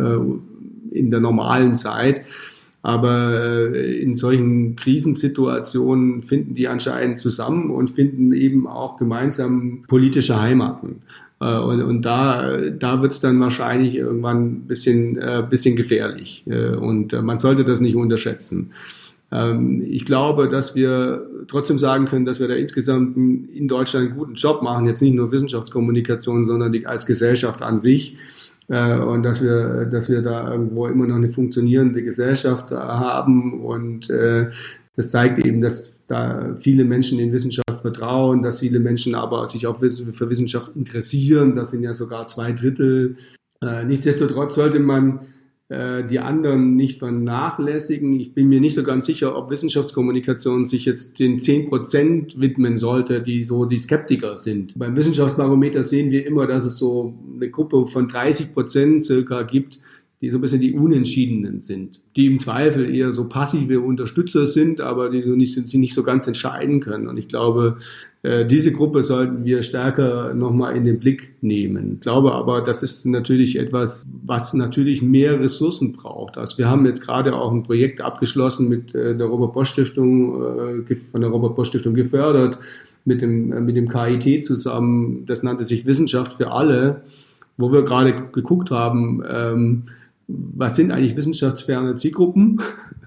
in der normalen Zeit. Aber in solchen Krisensituationen finden die anscheinend zusammen und finden eben auch gemeinsam politische Heimaten. Und da wird es dann wahrscheinlich irgendwann ein bisschen gefährlich. Und man sollte das nicht unterschätzen. Ich glaube, dass wir trotzdem sagen können, dass wir da insgesamt in Deutschland einen guten Job machen. Jetzt nicht nur Wissenschaftskommunikation, sondern als Gesellschaft an sich. Und dass wir da irgendwo immer noch eine funktionierende Gesellschaft haben. Und das zeigt eben, dass da viele Menschen in Wissenschaft vertrauen, dass viele Menschen aber sich auch für Wissenschaft interessieren. Das sind ja sogar 2/3. Nichtsdestotrotz sollte man die anderen nicht vernachlässigen. Ich bin mir nicht so ganz sicher, ob Wissenschaftskommunikation sich jetzt den 10% widmen sollte, die so die Skeptiker sind. Beim Wissenschaftsbarometer sehen wir immer, dass es so eine Gruppe von 30% circa gibt, die so ein bisschen die Unentschiedenen sind, die im Zweifel eher so passive Unterstützer sind, aber die sie nicht so ganz entscheiden können. Und ich glaube, diese Gruppe sollten wir stärker nochmal in den Blick nehmen. Ich glaube aber, das ist natürlich etwas, was natürlich mehr Ressourcen braucht. Also wir haben jetzt gerade auch ein Projekt abgeschlossen mit der Robert-Bosch-Stiftung, von der Robert-Bosch-Stiftung gefördert, mit dem KIT zusammen. Das nannte sich Wissenschaft für alle, wo wir gerade geguckt haben, was sind eigentlich wissenschaftsferne Zielgruppen?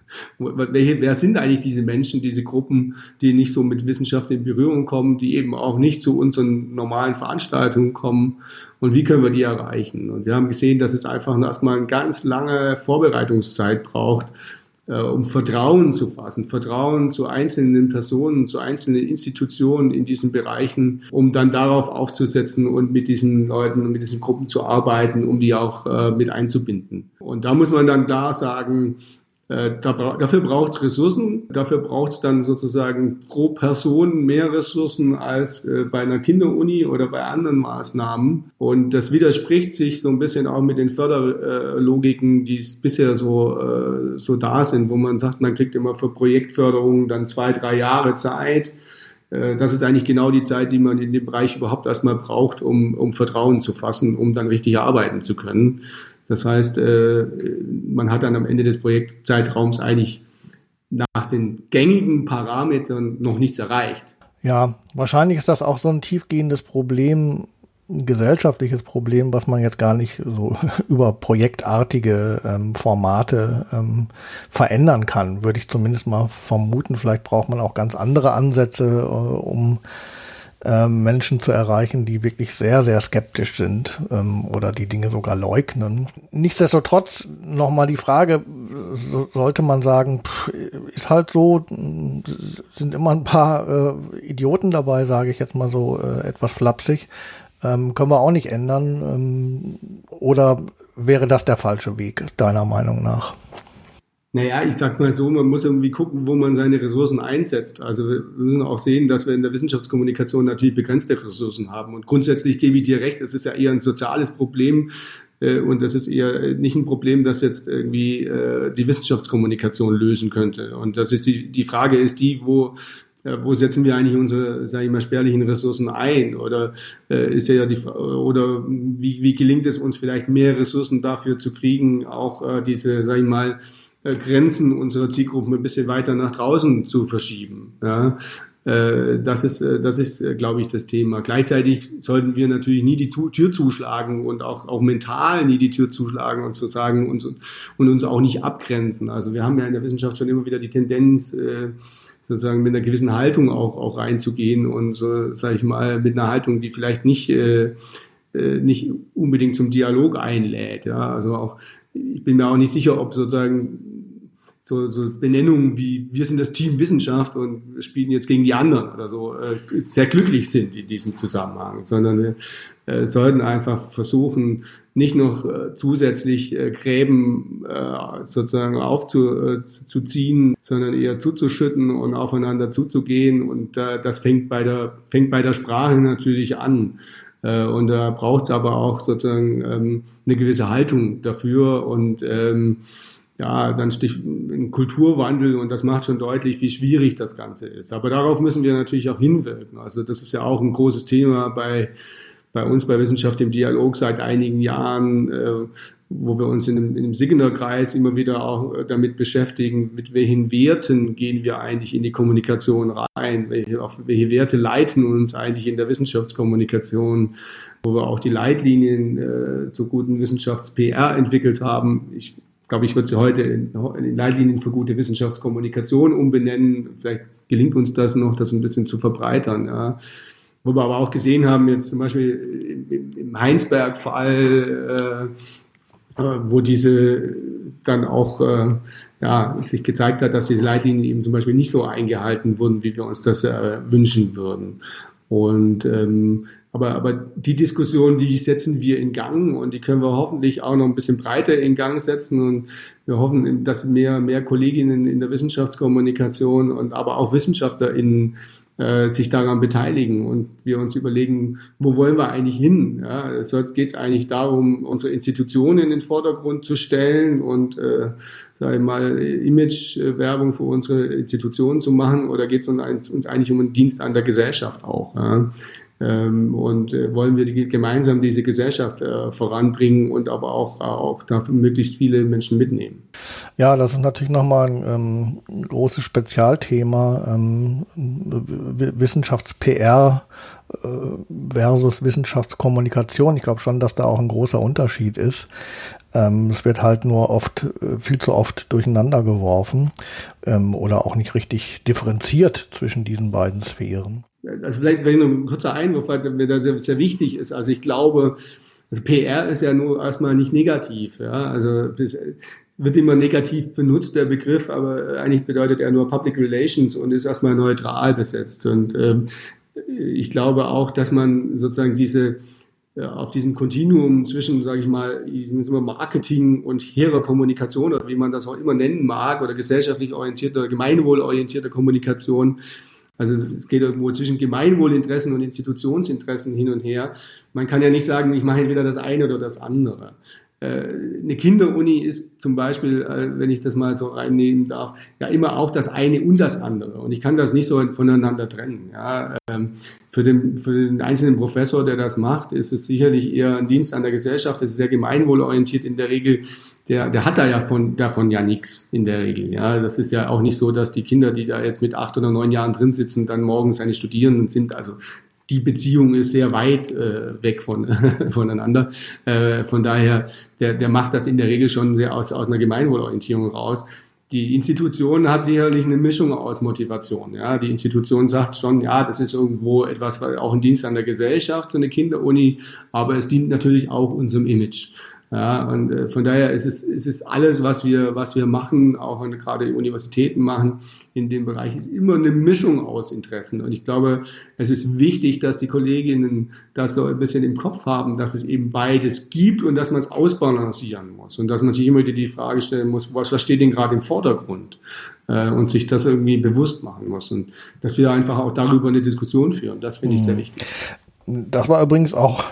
Wer sind eigentlich diese Menschen, diese Gruppen, die nicht so mit Wissenschaft in Berührung kommen, die eben auch nicht zu unseren normalen Veranstaltungen kommen, und wie können wir die erreichen? Und wir haben gesehen, dass es einfach erstmal eine ganz lange Vorbereitungszeit braucht, um Vertrauen zu fassen, Vertrauen zu einzelnen Personen, zu einzelnen Institutionen in diesen Bereichen, um dann darauf aufzusetzen und mit diesen Leuten und mit diesen Gruppen zu arbeiten, um die auch mit einzubinden. Und da muss man dann klar sagen, dafür braucht es Ressourcen, dafür braucht es dann sozusagen pro Person mehr Ressourcen als bei einer Kinderuni oder bei anderen Maßnahmen. Und das widerspricht sich so ein bisschen auch mit den Förderlogiken, die bisher so da sind, wo man sagt, man kriegt immer für Projektförderung dann 2-3 Jahre Zeit. Das ist eigentlich genau die Zeit, die man in dem Bereich überhaupt erstmal braucht, um Vertrauen zu fassen, um dann richtig arbeiten zu können. Das heißt, man hat dann am Ende des Projektzeitraums eigentlich nach den gängigen Parametern noch nichts erreicht. Ja, wahrscheinlich ist das auch so ein tiefgehendes Problem, ein gesellschaftliches Problem, was man jetzt gar nicht so über projektartige Formate verändern kann, würde ich zumindest mal vermuten. Vielleicht braucht man auch ganz andere Ansätze, um Menschen zu erreichen, die wirklich sehr, sehr skeptisch sind oder die Dinge sogar leugnen. Nichtsdestotrotz nochmal die Frage, sollte man sagen, ist halt so, sind immer ein paar Idioten dabei, sage ich jetzt mal so etwas flapsig, können wir auch nicht ändern, oder wäre das der falsche Weg, deiner Meinung nach? Naja, ich sag mal so, man muss irgendwie gucken, wo man seine Ressourcen einsetzt. Also wir müssen auch sehen, dass wir in der Wissenschaftskommunikation natürlich begrenzte Ressourcen haben. Und grundsätzlich gebe ich dir recht, es ist ja eher ein soziales Problem und das ist eher nicht ein Problem, das jetzt irgendwie die Wissenschaftskommunikation lösen könnte. Und das ist die Frage ist die, wo setzen wir eigentlich unsere, sage ich mal, spärlichen Ressourcen ein? Oder oder wie gelingt es uns vielleicht mehr Ressourcen dafür zu kriegen, auch diese, sage ich mal, Grenzen unserer Zielgruppen ein bisschen weiter nach draußen zu verschieben. Ja, das ist, glaube ich, das Thema. Gleichzeitig sollten wir natürlich nie die Tür zuschlagen und auch mental nie die Tür zuschlagen und zu sagen und uns auch nicht abgrenzen. Also wir haben ja in der Wissenschaft schon immer wieder die Tendenz, sozusagen mit einer gewissen Haltung auch reinzugehen und so, sage ich mal, mit einer Haltung, die vielleicht nicht unbedingt zum Dialog einlädt. Ja, also auch, ich bin mir auch nicht sicher, ob sozusagen so Benennungen wie wir sind das Team Wissenschaft und spielen jetzt gegen die anderen oder so sehr glücklich sind in diesem Zusammenhang, sondern wir sollten einfach versuchen, nicht noch zusätzlich Gräben sozusagen aufzuziehen, sondern eher zuzuschütten und aufeinander zuzugehen, und das fängt bei der Sprache natürlich an. Und da braucht es aber auch sozusagen eine gewisse Haltung dafür und dann ein Kulturwandel, und das macht schon deutlich, wie schwierig das Ganze ist. Aber darauf müssen wir natürlich auch hinwirken. Also das ist ja auch ein großes Thema bei uns bei Wissenschaft im Dialog seit einigen Jahren, wo wir uns in einem Signer-Kreis immer wieder auch damit beschäftigen, mit welchen Werten gehen wir eigentlich in die Kommunikation rein, welche Werte leiten uns eigentlich in der Wissenschaftskommunikation, wo wir auch die Leitlinien zur guten Wissenschafts-PR entwickelt haben. Ich glaube, ich würde sie heute in Leitlinien für gute Wissenschaftskommunikation umbenennen. Vielleicht gelingt uns das noch, das ein bisschen zu verbreitern. Ja. Wo wir aber auch gesehen haben, jetzt zum Beispiel im Heinsberg-Fall, wo diese dann auch sich gezeigt hat, dass diese Leitlinien eben zum Beispiel nicht so eingehalten wurden, wie wir uns das wünschen würden. Und aber die Diskussion, die setzen wir in Gang, und die können wir hoffentlich auch noch ein bisschen breiter in Gang setzen, und wir hoffen, dass mehr Kolleginnen in der Wissenschaftskommunikation und aber auch WissenschaftlerInnen sich daran beteiligen und wir uns überlegen, wo wollen wir eigentlich hin? Ja, jetzt geht es eigentlich darum, unsere Institutionen in den Vordergrund zu stellen und sag ich mal, Image-Werbung für unsere Institutionen zu machen, oder geht es uns eigentlich um einen Dienst an der Gesellschaft auch? Ja? Und wollen wir gemeinsam diese Gesellschaft voranbringen und aber auch dafür möglichst viele Menschen mitnehmen. Ja, das ist natürlich nochmal ein großes Spezialthema, Wissenschafts-PR versus Wissenschaftskommunikation. Ich glaube schon, dass da auch ein großer Unterschied ist. Es wird halt nur viel zu oft durcheinander geworfen oder auch nicht richtig differenziert zwischen diesen beiden Sphären. Also vielleicht noch ein kurzer Einwurf, weil mir da sehr, sehr wichtig ist. Also ich glaube, also PR ist ja nur erstmal nicht negativ. Ja? Also das wird immer negativ benutzt, der Begriff, aber eigentlich bedeutet er nur Public Relations und ist erstmal neutral besetzt. Und ich glaube auch, dass man sozusagen auf diesem Kontinuum zwischen, sage ich mal, Marketing und hehrer Kommunikation oder wie man das auch immer nennen mag oder gesellschaftlich orientierte, gemeinwohlorientierte Kommunikation. Also es geht irgendwo zwischen Gemeinwohlinteressen und Institutionsinteressen hin und her. Man kann ja nicht sagen, ich mache entweder das eine oder das andere. Eine Kinderuni ist zum Beispiel, wenn ich das mal so reinnehmen darf, ja immer auch das eine und das andere. Und ich kann das nicht so voneinander trennen. Ja. Für den einzelnen Professor, der das macht, ist es sicherlich eher ein Dienst an der Gesellschaft. Es ist sehr gemeinwohlorientiert in der Regel. Der hat da ja davon ja nichts in der Regel. Ja. Das ist ja auch nicht so, dass die Kinder, die da jetzt mit 8 oder 9 Jahren drin sitzen, dann morgens seine Studierenden sind. Also die Beziehung ist sehr weit weg voneinander. Von daher, der macht das in der Regel schon sehr aus einer Gemeinwohlorientierung raus. Die Institution hat sicherlich eine Mischung aus Motivation. Ja, die Institution sagt schon, ja, das ist irgendwo etwas, auch ein Dienst an der Gesellschaft, so eine Kinderuni, aber es dient natürlich auch unserem Image. Ja, und von daher ist es alles, was wir machen, auch wenn gerade die Universitäten machen, in dem Bereich ist immer eine Mischung aus Interessen. Und ich glaube, es ist wichtig, dass die Kolleginnen das so ein bisschen im Kopf haben, dass es eben beides gibt und dass man es ausbalancieren muss und dass man sich immer wieder die Frage stellen muss, was steht denn gerade im Vordergrund? Und sich das irgendwie bewusst machen muss und dass wir einfach auch darüber eine Diskussion führen. Das finde ich sehr wichtig. Das war übrigens auch,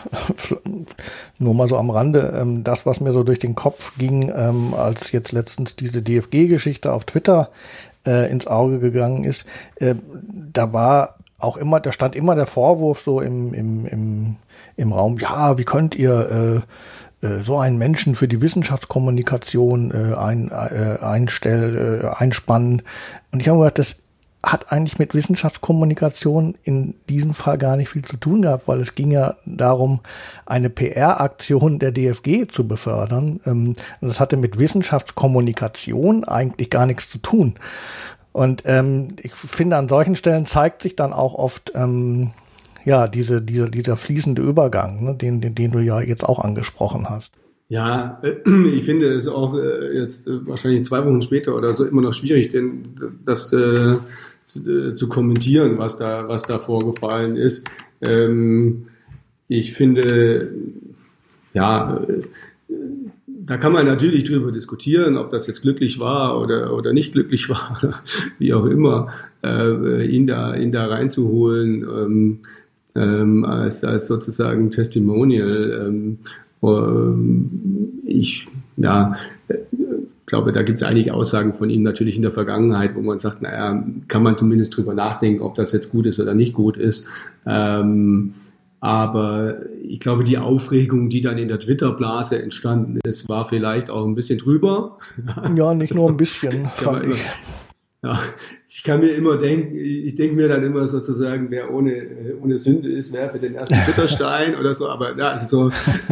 nur mal so am Rande, das, was mir so durch den Kopf ging, als jetzt letztens diese DFG-Geschichte auf Twitter ins Auge gegangen ist. Da stand immer der Vorwurf so im Raum, ja, wie könnt ihr so einen Menschen für die Wissenschaftskommunikation einspannen? Und ich habe mir gedacht, das hat eigentlich mit Wissenschaftskommunikation in diesem Fall gar nicht viel zu tun gehabt, weil es ging ja darum, eine PR-Aktion der DFG zu befördern. Das hatte mit Wissenschaftskommunikation eigentlich gar nichts zu tun. Und ich finde, an solchen Stellen zeigt sich dann auch oft dieser fließende Übergang, ne, den du ja jetzt auch angesprochen hast. Ja, ich finde es auch jetzt wahrscheinlich 2 Wochen später oder so immer noch schwierig, denn das zu kommentieren, was da vorgefallen ist. Ich finde, ja, da kann man natürlich drüber diskutieren, ob das jetzt glücklich war oder nicht glücklich war, wie auch immer, ihn da reinzuholen als sozusagen Testimonial. Ich glaube, da gibt es einige Aussagen von ihm natürlich in der Vergangenheit, wo man sagt, naja, kann man zumindest drüber nachdenken, ob das jetzt gut ist oder nicht gut ist. Aber ich glaube, die Aufregung, die dann in der Twitter-Blase entstanden ist, war vielleicht auch ein bisschen drüber. Ja, nicht nur ein bisschen, fand ich. Ja, ich denke mir dann immer sozusagen, wer ohne Sünde ist, werfe den ersten Twitter-Stein oder so, aber ja, also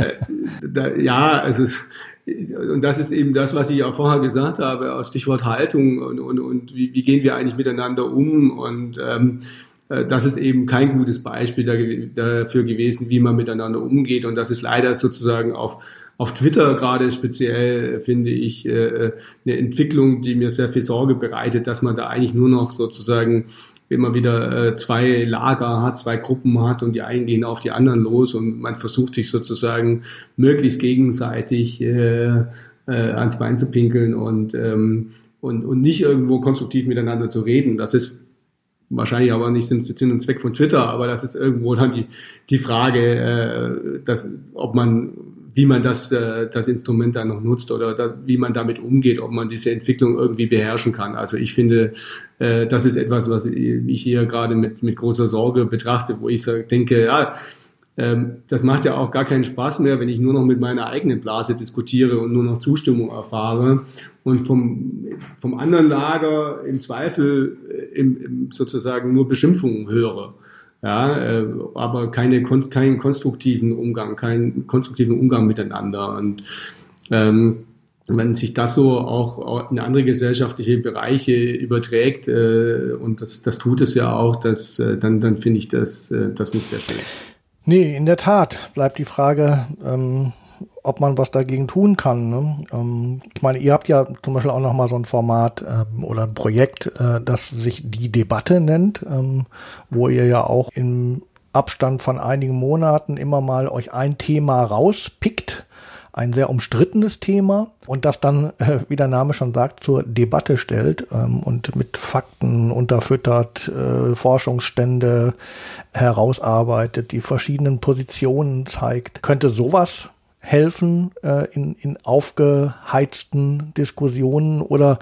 so, und das ist eben das, was ich auch vorher gesagt habe, aus Stichwort Haltung und wie gehen wir eigentlich miteinander um und das ist eben kein gutes Beispiel dafür gewesen, wie man miteinander umgeht und das ist leider sozusagen auf Twitter gerade speziell, finde ich, eine Entwicklung, die mir sehr viel Sorge bereitet, dass man da eigentlich nur noch sozusagen immer wieder 2 Lager hat, 2 Gruppen hat und die einen gehen auf die anderen los und man versucht sich sozusagen möglichst gegenseitig ans Bein zu pinkeln und nicht irgendwo konstruktiv miteinander zu reden. Das ist wahrscheinlich aber nicht Sinn und Zweck von Twitter, aber das ist irgendwo dann die Frage, ob man wie man das Instrument dann noch nutzt oder wie man damit umgeht, ob man diese Entwicklung irgendwie beherrschen kann. Also ich finde, das ist etwas, was ich hier gerade mit großer Sorge betrachte, wo ich denke, ja, das macht ja auch gar keinen Spaß mehr, wenn ich nur noch mit meiner eigenen Blase diskutiere und nur noch Zustimmung erfahre und vom anderen Lager im Zweifel sozusagen nur Beschimpfungen höre. Ja, aber keinen konstruktiven Umgang miteinander. Und wenn sich das so auch in andere gesellschaftliche Bereiche überträgt, und das tut es ja auch, dann finde ich das nicht sehr schön. Nee, in der Tat bleibt die Frage, ob man was dagegen tun kann. Ne? Ich meine, ihr habt ja zum Beispiel auch noch mal so ein Format oder ein Projekt, das sich Die Debatte nennt, wo ihr ja auch im Abstand von einigen Monaten immer mal euch ein Thema rauspickt, ein sehr umstrittenes Thema und das dann, wie der Name schon sagt, zur Debatte stellt und mit Fakten unterfüttert, Forschungsstände herausarbeitet, die verschiedenen Positionen zeigt. Könnte sowas helfen in aufgeheizten Diskussionen oder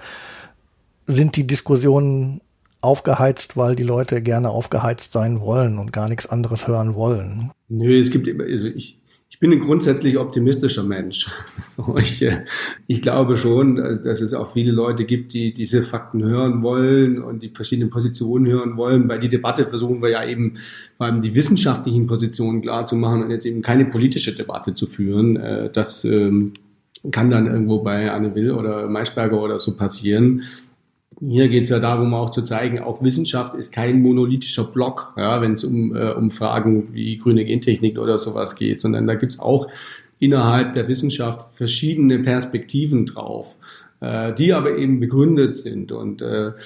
sind die Diskussionen aufgeheizt, weil die Leute gerne aufgeheizt sein wollen und gar nichts anderes hören wollen? Nö, es gibt immer, also ich bin ein grundsätzlich optimistischer Mensch. So, ich glaube schon, dass es auch viele Leute gibt, die diese Fakten hören wollen und die verschiedenen Positionen hören wollen. Bei die Debatte versuchen wir ja eben vor allem die wissenschaftlichen Positionen klar zu machen und jetzt eben keine politische Debatte zu führen. Das kann dann irgendwo bei Anne Will oder Maischberger oder so passieren. Hier geht es ja darum, auch zu zeigen, auch Wissenschaft ist kein monolithischer Block, ja, wenn es um Fragen wie grüne Gentechnik oder sowas geht, sondern da gibt es auch innerhalb der Wissenschaft verschiedene Perspektiven drauf, die aber eben begründet sind und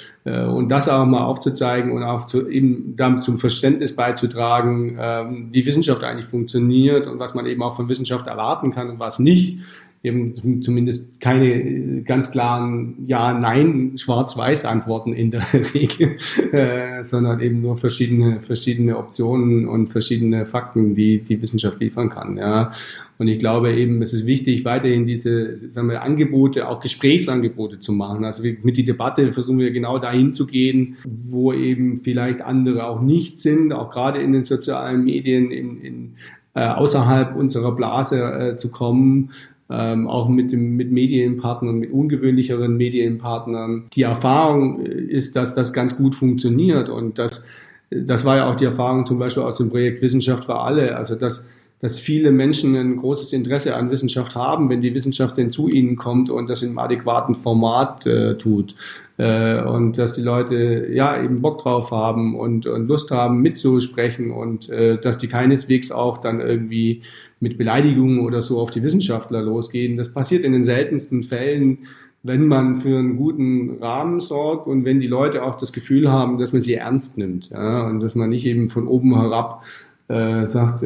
das auch mal aufzuzeigen und auch eben damit zum Verständnis beizutragen, wie Wissenschaft eigentlich funktioniert und was man eben auch von Wissenschaft erwarten kann und was nicht. Eben zumindest keine ganz klaren Ja-Nein, Schwarz-Weiß-Antworten in der Regel, sondern eben nur verschiedene Optionen und verschiedene Fakten, die Wissenschaft liefern kann. Ja. Und ich glaube eben, es ist wichtig, weiterhin diese, sagen wir, Angebote, auch Gesprächsangebote zu machen. Also mit die Debatte versuchen wir genau dahin zu gehen, wo eben vielleicht andere auch nicht sind, auch gerade in den sozialen Medien, außerhalb unserer Blase zu kommen. Auch mit Medienpartnern, mit ungewöhnlicheren Medienpartnern. Die Erfahrung ist, dass das ganz gut funktioniert und das war ja auch die Erfahrung zum Beispiel aus dem Projekt Wissenschaft für alle, also dass viele Menschen ein großes Interesse an Wissenschaft haben, wenn die Wissenschaft denn zu ihnen kommt und das in einem adäquaten Format tut. Und dass die Leute ja eben Bock drauf haben und Lust haben mitzusprechen und dass die keineswegs auch dann irgendwie mit Beleidigungen oder so auf die Wissenschaftler losgehen. Das passiert in den seltensten Fällen, wenn man für einen guten Rahmen sorgt und wenn die Leute auch das Gefühl haben, dass man sie ernst nimmt, ja, und dass man nicht eben von oben herab sagt,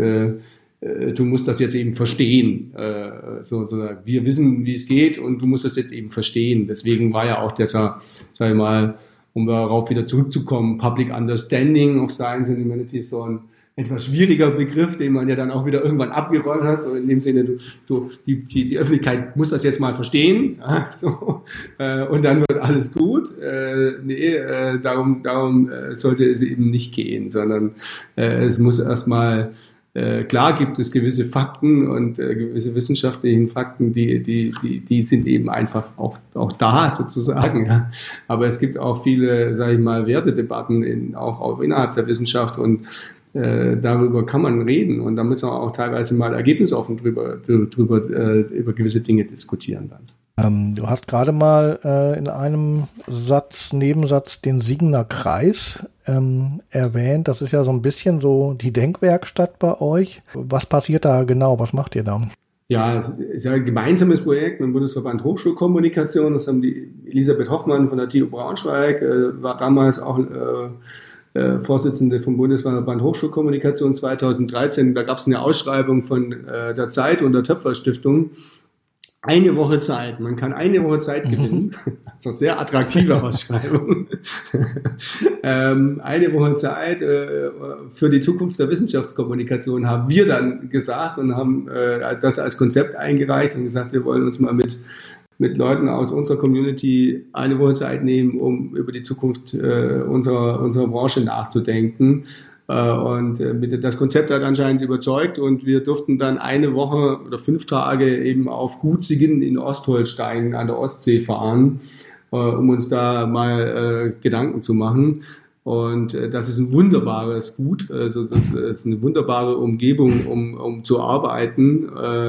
du musst das jetzt eben verstehen. Wir wissen, wie es geht und du musst das jetzt eben verstehen. Deswegen war ja auch dieser, sag ich mal, um darauf wieder zurückzukommen, Public Understanding of Science and Humanities so ein etwas schwieriger Begriff, den man ja dann auch wieder irgendwann abgeräumt hat, so in dem Sinne, die Öffentlichkeit muss das jetzt mal verstehen, ja, so, und dann wird alles gut. Darum sollte es eben nicht gehen, sondern es muss erstmal klar gibt es gewisse Fakten und gewisse wissenschaftlichen Fakten, die sind eben einfach auch da sozusagen. Ja. Aber es gibt auch viele, sage ich mal, Wertedebatten auch innerhalb der Wissenschaft und darüber kann man reden und da müssen wir auch teilweise mal ergebnisoffen über gewisse Dinge diskutieren dann. Du hast gerade mal in einem Nebensatz den Siegner Kreis erwähnt. Das ist ja so ein bisschen so die Denkwerkstatt bei euch. Was passiert da genau? Was macht ihr da? Ja, es ist ja ein gemeinsames Projekt mit dem Bundesverband Hochschulkommunikation. Das haben die Elisabeth Hoffmann von der TU Braunschweig, war damals auch Vorsitzende vom Bundesverband Hochschulkommunikation 2013. Da gab es eine Ausschreibung von der Zeit und der Töpfer Stiftung. eine Woche Zeit. Man kann eine Woche Zeit gewinnen. Das ist eine sehr attraktive Ausschreibung. Eine Woche Zeit für die Zukunft der Wissenschaftskommunikation haben wir dann gesagt und haben das als Konzept eingereicht und gesagt, wir wollen uns mal mit Leuten aus unserer Community eine Woche Zeit nehmen, um über die Zukunft unserer Branche nachzudenken. Und das Konzept hat anscheinend überzeugt und wir durften dann eine Woche oder 5 Tage eben auf Gutzingen in Ostholstein an der Ostsee fahren, um uns da mal Gedanken zu machen. Und das ist ein wunderbares Gut, also das ist eine wunderbare Umgebung, um zu arbeiten.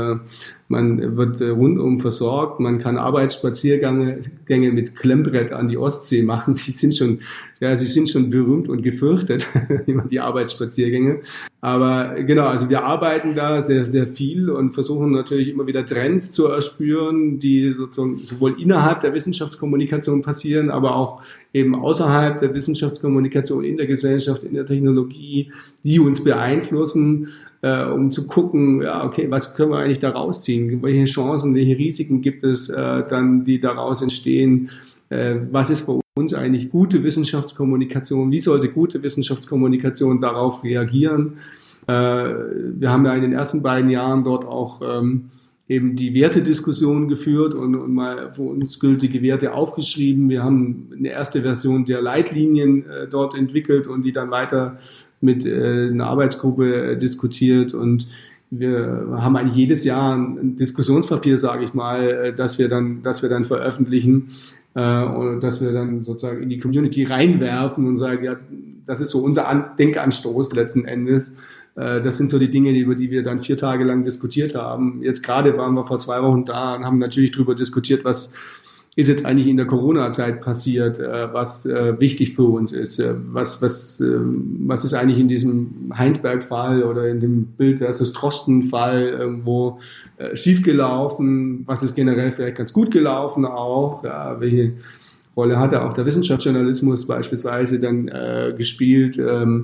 Man wird rundum versorgt, man kann Arbeitsspaziergänge mit Klemmbrett an die Ostsee machen. Sie sind schon berühmt und gefürchtet, die Arbeitsspaziergänge. Aber genau, also wir arbeiten da sehr, sehr viel und versuchen natürlich immer wieder Trends zu erspüren, die sozusagen sowohl innerhalb der Wissenschaftskommunikation passieren, aber auch eben außerhalb der Wissenschaftskommunikation in der Gesellschaft, in der Technologie, die uns beeinflussen, um zu gucken, ja, okay, was können wir eigentlich da rausziehen? Welche Chancen, welche Risiken gibt es dann, die daraus entstehen? Was ist bei uns eigentlich gute Wissenschaftskommunikation? Wie sollte gute Wissenschaftskommunikation darauf reagieren? Wir haben ja in den ersten beiden Jahren dort auch eben die Wertediskussion geführt und mal für uns gültige Werte aufgeschrieben. Wir haben eine erste Version der Leitlinien dort entwickelt und die dann weiter mit einer Arbeitsgruppe diskutiert und wir haben eigentlich jedes Jahr ein Diskussionspapier, sage ich mal, das wir dann veröffentlichen und dass wir dann sozusagen in die Community reinwerfen und sagen, ja, das ist so unser Denkanstoß letzten Endes. Das sind so die Dinge, über die wir dann 4 Tage lang diskutiert haben. Jetzt gerade waren wir vor 2 Wochen da und haben natürlich darüber diskutiert, was ist jetzt eigentlich in der Corona-Zeit passiert, was wichtig für uns ist, was ist eigentlich in diesem Heinsberg-Fall oder in dem Bild versus Drosten-Fall irgendwo schiefgelaufen, was ist generell vielleicht ganz gut gelaufen auch, ja, welche Rolle hat auch der Wissenschaftsjournalismus beispielsweise dann gespielt,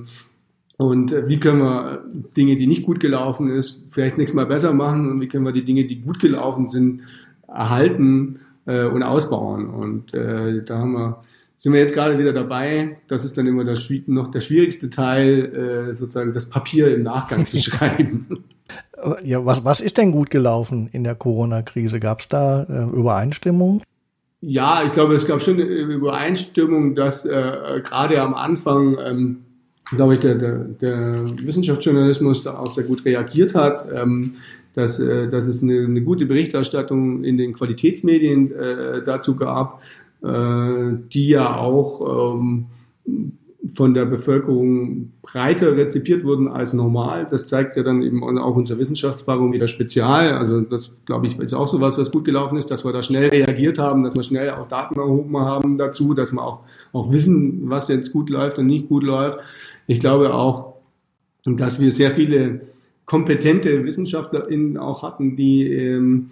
und wie können wir Dinge, die nicht gut gelaufen ist, vielleicht nächstes Mal besser machen und wie können wir die Dinge, die gut gelaufen sind, erhalten und ausbauen. Und sind wir jetzt gerade wieder dabei. Das ist dann immer noch der schwierigste Teil, sozusagen das Papier im Nachgang zu schreiben. Ja, was ist denn gut gelaufen in der Corona-Krise? Gab es da Übereinstimmung? Ja, ich glaube, es gab schon eine Übereinstimmung, dass gerade am Anfang glaube ich, der Wissenschaftsjournalismus da auch sehr gut reagiert hat, dass es eine gute Berichterstattung in den Qualitätsmedien dazu gab, die ja auch von der Bevölkerung breiter rezipiert wurden als normal. Das zeigt ja dann eben auch unser Wissenschaftsbarometer Spezial. Also das, glaube ich, ist auch sowas, was gut gelaufen ist, dass wir da schnell reagiert haben, dass wir schnell auch Daten erhoben haben dazu, dass wir auch wissen, was jetzt gut läuft und nicht gut läuft. Ich glaube auch, dass wir sehr viele kompetente WissenschaftlerInnen auch hatten, die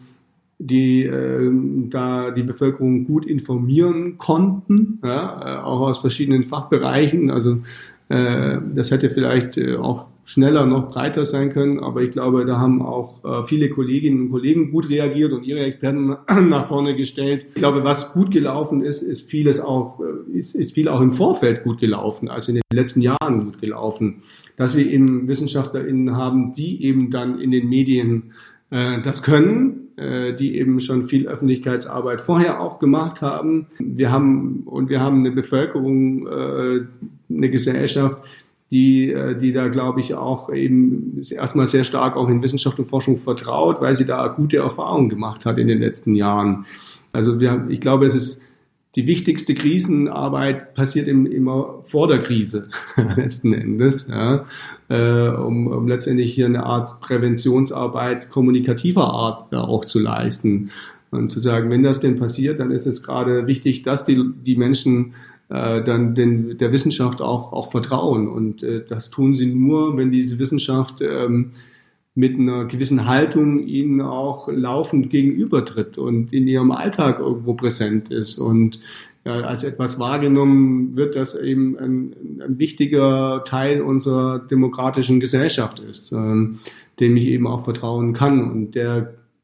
da die Bevölkerung gut informieren konnten, ja, auch aus verschiedenen Fachbereichen. Also das hätte vielleicht auch schneller noch breiter sein können, aber ich glaube, da haben auch viele Kolleginnen und Kollegen gut reagiert und ihre Experten nach vorne gestellt. Ich glaube, was gut gelaufen ist viel auch im Vorfeld gut gelaufen, also in den letzten Jahren gut gelaufen, dass wir eben WissenschaftlerInnen haben, die eben dann in den Medien das können, die eben schon viel Öffentlichkeitsarbeit vorher auch gemacht haben. Wir haben eine Bevölkerung, eine Gesellschaft, die da, glaube ich, auch eben erstmal sehr stark auch in Wissenschaft und Forschung vertraut, weil sie da gute Erfahrungen gemacht hat in den letzten Jahren. Also ich glaube, es ist die wichtigste Krisenarbeit passiert immer vor der Krise letzten Endes, ja, um letztendlich hier eine Art Präventionsarbeit kommunikativer Art auch zu leisten und zu sagen, wenn das denn passiert, dann ist es gerade wichtig, dass die Menschen dann der Wissenschaft auch vertrauen und das tun sie nur, wenn diese Wissenschaft mit einer gewissen Haltung ihnen auch laufend gegenübertritt und in ihrem Alltag irgendwo präsent ist und als etwas wahrgenommen wird, das eben ein wichtiger Teil unserer demokratischen Gesellschaft ist, dem ich eben auch vertrauen kann und der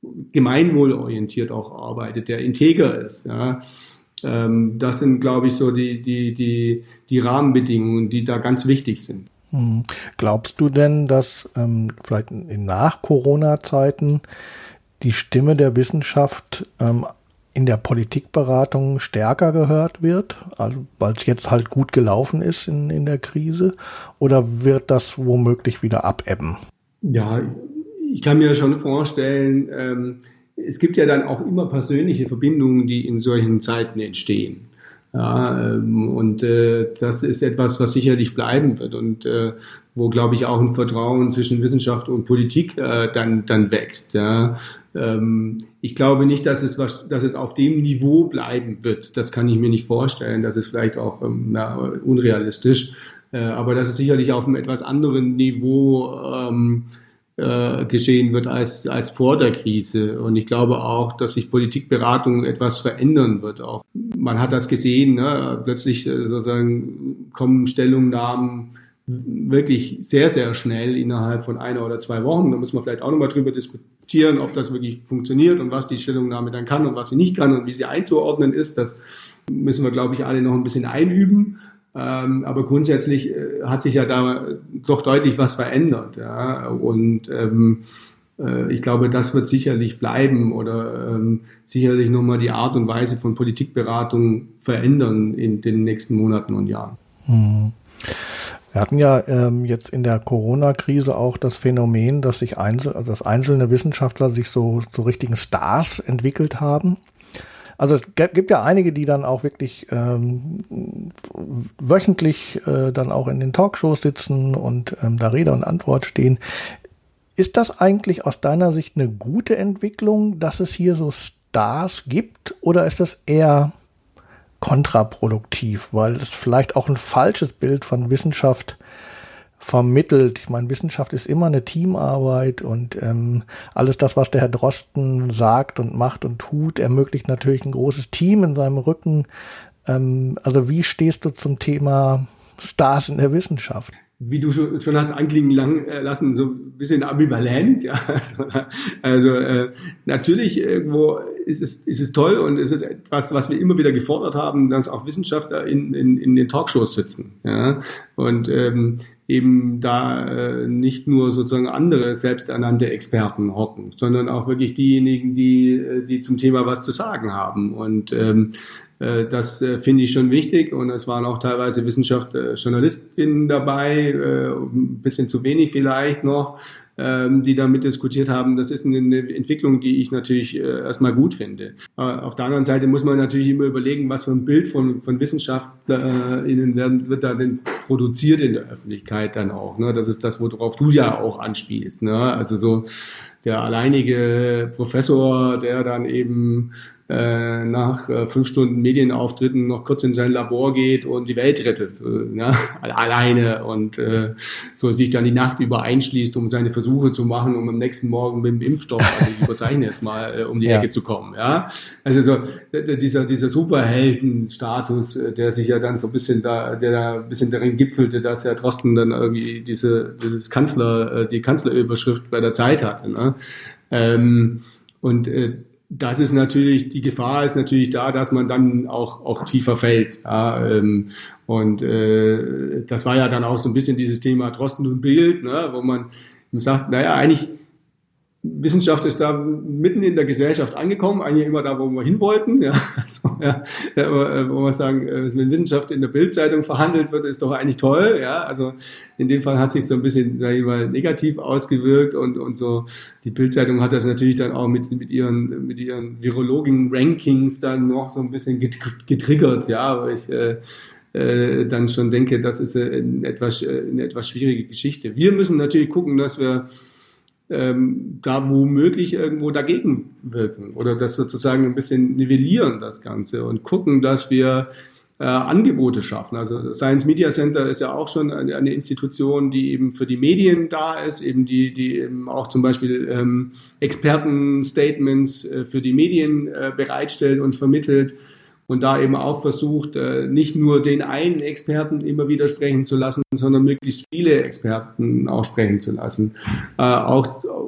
gemeinwohlorientiert auch arbeitet, der integer ist. Ja. Das sind, glaube ich, so die Rahmenbedingungen, die da ganz wichtig sind. Glaubst du denn, dass vielleicht in Nach-Corona-Zeiten die Stimme der Wissenschaft in der Politikberatung stärker gehört wird, also weil es jetzt halt gut gelaufen ist in der Krise, oder wird das womöglich wieder abebben? Ja, ich kann mir schon vorstellen, es gibt ja dann auch immer persönliche Verbindungen, die in solchen Zeiten entstehen. Ja, und das ist etwas, was sicherlich bleiben wird und wo, glaube ich, auch ein Vertrauen zwischen Wissenschaft und Politik dann wächst. Ja. Ich glaube nicht, dass es auf dem Niveau bleiben wird. Das kann ich mir nicht vorstellen. Das ist vielleicht auch unrealistisch. Aber dass es sicherlich auf einem etwas anderen Niveau geschehen wird als vor der Krise. Und ich glaube auch, dass sich Politikberatung etwas verändern wird. Auch man hat das gesehen, ne? Plötzlich sozusagen kommen Stellungnahmen wirklich sehr, sehr schnell innerhalb von 1 oder 2 Wochen. Da muss man vielleicht auch nochmal drüber diskutieren, ob das wirklich funktioniert und was die Stellungnahme dann kann und was sie nicht kann und wie sie einzuordnen ist. Das müssen wir, glaube ich, alle noch ein bisschen einüben. Aber grundsätzlich hat sich ja da doch deutlich was verändert. Ja? Und ich glaube, das wird sicherlich bleiben oder sicherlich nochmal die Art und Weise von Politikberatung verändern in den nächsten Monaten und Jahren. Wir hatten ja jetzt in der Corona-Krise auch das Phänomen, dass sich einzelne Wissenschaftler sich so richtigen Stars entwickelt haben. Also es gibt ja einige, die dann auch wirklich wöchentlich dann auch in den Talkshows sitzen und da Rede und Antwort stehen. Ist das eigentlich aus deiner Sicht eine gute Entwicklung, dass es hier so Stars gibt, oder ist das eher kontraproduktiv, weil es vielleicht auch ein falsches Bild von Wissenschaft vermittelt? Ich meine, Wissenschaft ist immer eine Teamarbeit und alles das, was der Herr Drosten sagt und macht und tut, ermöglicht natürlich ein großes Team in seinem Rücken. Also wie stehst du zum Thema Stars in der Wissenschaft? Wie du schon hast anklingen lassen, so ein bisschen ambivalent. Ja. Also natürlich irgendwo ist es toll und es ist etwas, was wir immer wieder gefordert haben, dass auch Wissenschaftler in den Talkshows sitzen. Ja. Und eben da nicht nur sozusagen andere selbsternannte Experten hocken, sondern auch wirklich diejenigen, die zum Thema was zu sagen haben. Und das finde ich schon wichtig, und es waren auch teilweise JournalistInnen dabei, ein bisschen zu wenig vielleicht noch, die damit diskutiert haben. Das ist eine Entwicklung, die ich natürlich erstmal gut finde. Auf der anderen Seite muss man natürlich immer überlegen, was für ein Bild von WissenschaftlerInnen wird da denn produziert in der Öffentlichkeit dann auch. Ne? Das ist das, worauf du ja auch anspielst. Ne? Also so der alleinige Professor, der dann eben nach 5 Stunden Medienauftritten noch kurz in sein Labor geht und die Welt rettet, alleine, und so sich dann die Nacht über einschließt, um seine Versuche zu machen, um am nächsten Morgen mit dem Impfstoff, also ich überzeichne jetzt mal, um die Ecke zu kommen. Ja? Also so dieser Superheldenstatus, der sich ja dann so ein bisschen der da ein bisschen darin gipfelte, dass Herr Drosten dann irgendwie die Kanzlerüberschrift bei der Zeit hatte. Ne? Das ist natürlich, die Gefahr ist natürlich da, dass man dann auch tiefer fällt. Ja, das war ja dann auch so ein bisschen dieses Thema Drosten und Bild, ne, wo man sagt, naja, eigentlich Wissenschaft ist da mitten in der Gesellschaft angekommen, eigentlich immer da, wo wir hin wollten. Ja, wo wir sagen, wenn Wissenschaft in der Bildzeitung verhandelt wird, ist doch eigentlich toll. Ja, also in dem Fall hat sich so ein bisschen, sag ich mal, negativ ausgewirkt, und so die Bildzeitung hat das natürlich dann auch mit ihren Virologen-Rankings dann noch so ein bisschen getriggert. Ja, weil ich dann schon denke, das ist eine etwas schwierige Geschichte. Wir müssen natürlich gucken, dass wir da womöglich irgendwo dagegen wirken oder das sozusagen ein bisschen nivellieren, das Ganze, und gucken, dass wir Angebote schaffen. Also Science Media Center ist ja auch schon eine Institution, die eben für die Medien da ist, eben die eben auch zum Beispiel Expertenstatements für die Medien bereitstellt und vermittelt. Und da eben auch versucht, nicht nur den einen Experten immer wieder sprechen zu lassen, sondern möglichst viele Experten auch sprechen zu lassen. Auch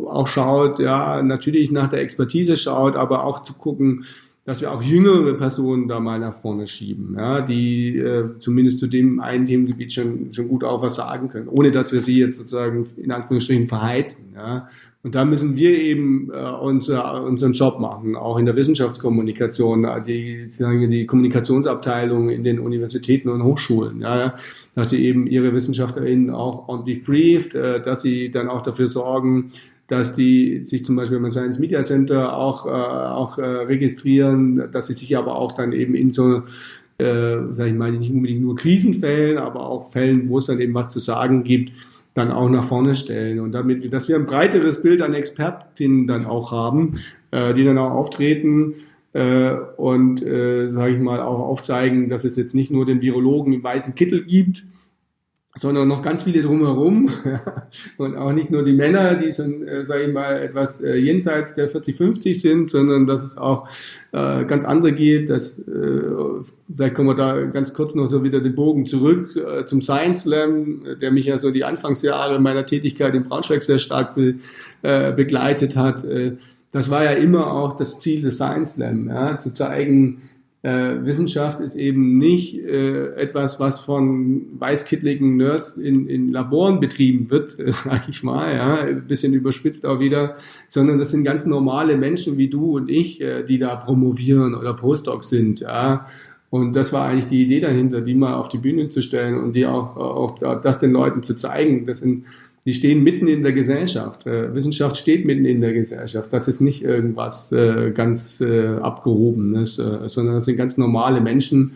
auch schaut, ja, natürlich nach der Expertise schaut, aber auch zu gucken, dass wir auch jüngere Personen da mal nach vorne schieben, ja, die zumindest zu dem einen Themengebiet schon gut auch was sagen können, ohne dass wir sie jetzt sozusagen in Anführungsstrichen verheizen. Ja. Und da müssen wir eben unseren Job machen, auch in der Wissenschaftskommunikation, die Kommunikationsabteilung in den Universitäten und Hochschulen, ja, dass sie eben ihre WissenschaftlerInnen auch ordentlich brieft, dass sie dann auch dafür sorgen, dass die sich zum Beispiel im Science Media Center auch registrieren, dass sie sich aber auch dann eben in so, sage ich mal, nicht unbedingt nur Krisenfällen, aber auch Fällen, wo es dann eben was zu sagen gibt, dann auch nach vorne stellen. Und damit, dass wir ein breiteres Bild an Expertinnen dann auch haben, die dann auch auftreten und, sage ich mal, auch aufzeigen, dass es jetzt nicht nur den Virologen im weißen Kittel gibt, sondern noch ganz viele drumherum und auch nicht nur die Männer, die schon, sage ich mal, etwas jenseits der 40, 50 sind, sondern dass es auch ganz andere gibt. Vielleicht kommen wir da ganz kurz noch so wieder den Bogen zurück zum Science Slam, der mich ja so die Anfangsjahre meiner Tätigkeit in Braunschweig sehr stark begleitet hat. Das war ja immer auch das Ziel des Science Slam, ja, zu zeigen, Wissenschaft ist eben nicht etwas, was von weißkittligen Nerds in Laboren betrieben wird, sag ich mal, ja, ein bisschen überspitzt auch wieder, sondern das sind ganz normale Menschen wie du und ich, die da promovieren oder Postdocs sind, ja. Und das war eigentlich die Idee dahinter, die mal auf die Bühne zu stellen und die auch das den Leuten zu zeigen. Die stehen mitten in der Gesellschaft. Wissenschaft steht mitten in der Gesellschaft. Das ist nicht irgendwas ganz Abgehobenes, sondern das sind ganz normale Menschen,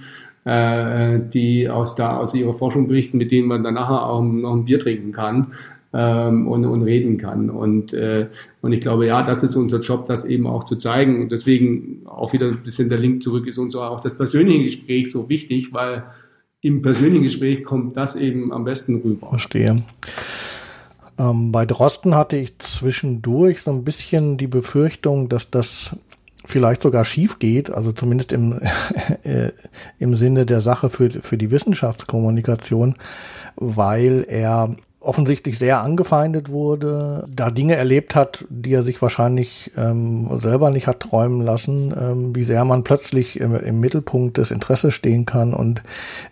die aus ihrer Forschung berichten, mit denen man dann nachher auch noch ein Bier trinken kann und reden kann. Und ich glaube, ja, das ist unser Job, das eben auch zu zeigen. Und deswegen auch wieder ein bisschen der Link zurück ist uns auch das persönliche Gespräch so wichtig, weil im persönlichen Gespräch kommt das eben am besten rüber. Verstehe. Bei Drosten hatte ich zwischendurch so ein bisschen die Befürchtung, dass das vielleicht sogar schief geht, also zumindest im Sinne der Sache für die Wissenschaftskommunikation, weil er offensichtlich sehr angefeindet wurde, da Dinge erlebt hat, die er sich wahrscheinlich selber nicht hat träumen lassen, wie sehr man plötzlich im Mittelpunkt des Interesses stehen kann und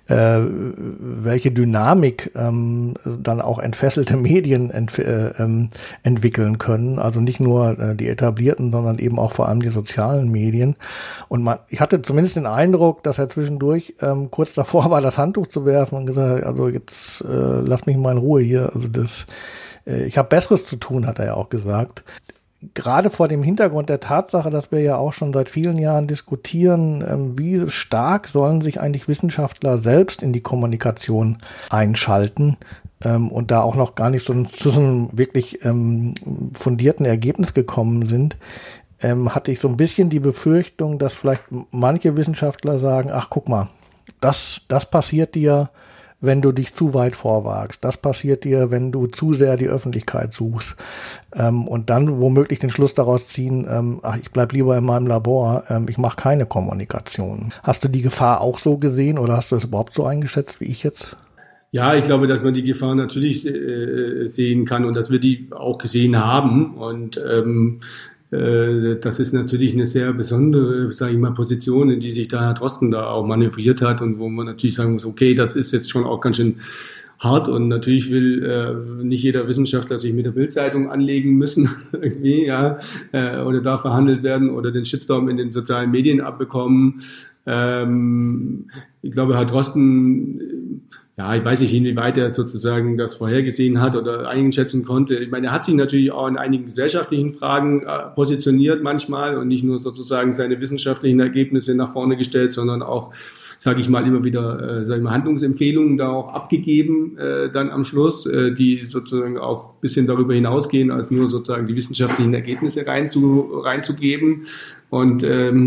welche Dynamik dann auch entfesselte Medien entwickeln können, also nicht nur die etablierten, sondern eben auch vor allem die sozialen Medien. Und ich hatte zumindest den Eindruck, dass er zwischendurch kurz davor war, das Handtuch zu werfen und gesagt hat, also jetzt lass mich mal in Ruhe hier. Also ich habe Besseres zu tun, hat er ja auch gesagt. Gerade vor dem Hintergrund der Tatsache, dass wir ja auch schon seit vielen Jahren diskutieren, wie stark sollen sich eigentlich Wissenschaftler selbst in die Kommunikation einschalten und da auch noch gar nicht zu so einem wirklich fundierten Ergebnis gekommen sind, hatte ich so ein bisschen die Befürchtung, dass vielleicht manche Wissenschaftler sagen, ach guck mal, das passiert dir, wenn du dich zu weit vorwagst. Das passiert dir, wenn du zu sehr die Öffentlichkeit suchst. Und dann womöglich den Schluss daraus ziehen, ich bleib lieber in meinem Labor, ich mache keine Kommunikation. Hast du die Gefahr auch so gesehen oder hast du es überhaupt so eingeschätzt wie ich jetzt? Ja, ich glaube, dass man die Gefahr natürlich sehen kann und dass wir die auch gesehen haben. Und das ist natürlich eine sehr besondere, sage ich mal, Position, in die sich da Herr Drosten da auch manövriert hat und wo man natürlich sagen muss, okay, das ist jetzt schon auch ganz schön hart und natürlich will nicht jeder Wissenschaftler sich mit der Bild-Zeitung anlegen müssen irgendwie, ja, oder da verhandelt werden oder den Shitstorm in den sozialen Medien abbekommen. Ich glaube, Herr Drosten, ja, ich weiß nicht, inwieweit er sozusagen das vorhergesehen hat oder einschätzen konnte. Ich meine, er hat sich natürlich auch in einigen gesellschaftlichen Fragen positioniert manchmal und nicht nur sozusagen seine wissenschaftlichen Ergebnisse nach vorne gestellt, sondern auch, sage ich mal, immer wieder Handlungsempfehlungen da auch abgegeben dann am Schluss, die sozusagen auch ein bisschen darüber hinausgehen, als nur sozusagen die wissenschaftlichen Ergebnisse reinzugeben. Und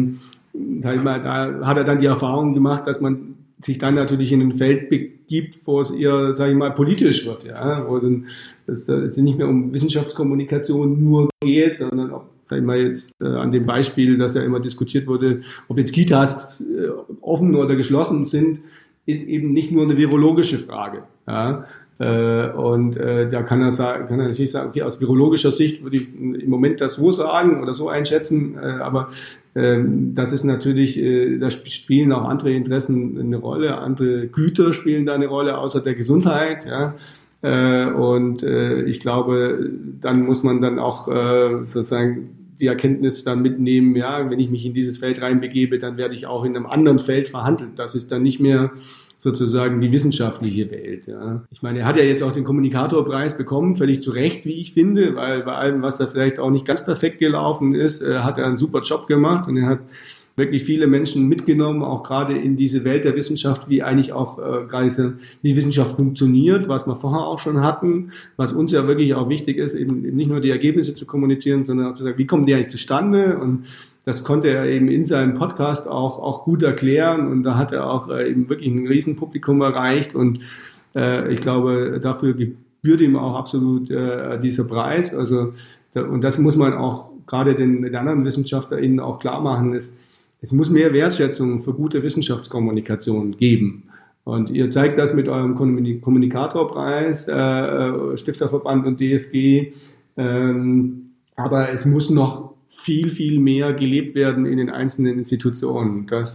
da hat er dann die Erfahrung gemacht, dass man sich dann natürlich in ein Feld begibt, wo es eher, sage ich mal, politisch wird, ja, wo dann es nicht mehr um Wissenschaftskommunikation nur geht, sondern auch, sag ich mal jetzt an dem Beispiel, dass ja immer diskutiert wurde, ob jetzt Kitas offen oder geschlossen sind, ist eben nicht nur eine virologische Frage. Ja? Da kann er natürlich sagen, okay, aus virologischer Sicht würde ich im Moment das so sagen oder so einschätzen, aber das ist natürlich, da spielen auch andere Interessen eine Rolle, andere Güter spielen da eine Rolle, außer der Gesundheit, ja. Ich glaube, dann muss man dann auch sozusagen die Erkenntnis dann mitnehmen, ja, wenn ich mich in dieses Feld reinbegebe, dann werde ich auch in einem anderen Feld verhandelt. Das ist dann nicht mehr sozusagen die wissenschaftliche Welt. Ja. Ich meine, er hat ja jetzt auch den Kommunikatorpreis bekommen, völlig zu Recht, wie ich finde, weil bei allem, was da vielleicht auch nicht ganz perfekt gelaufen ist, hat er einen super Job gemacht und er hat wirklich viele Menschen mitgenommen, auch gerade in diese Welt der Wissenschaft, wie eigentlich auch gerade wie Wissenschaft funktioniert, was wir vorher auch schon hatten, was uns ja wirklich auch wichtig ist, eben nicht nur die Ergebnisse zu kommunizieren, sondern auch zu sagen, wie kommen die eigentlich zustande? Und das konnte er eben in seinem Podcast auch gut erklären und da hat er auch eben wirklich ein Riesenpublikum erreicht und ich glaube, dafür gebührt ihm auch absolut dieser Preis. Also und das muss man auch gerade den anderen WissenschaftlerInnen auch klar machen, es muss mehr Wertschätzung für gute Wissenschaftskommunikation geben. Und ihr zeigt das mit eurem Kommunikatorpreis, Stifterverband und DFG, aber es muss noch viel, viel mehr gelebt werden in den einzelnen Institutionen, dass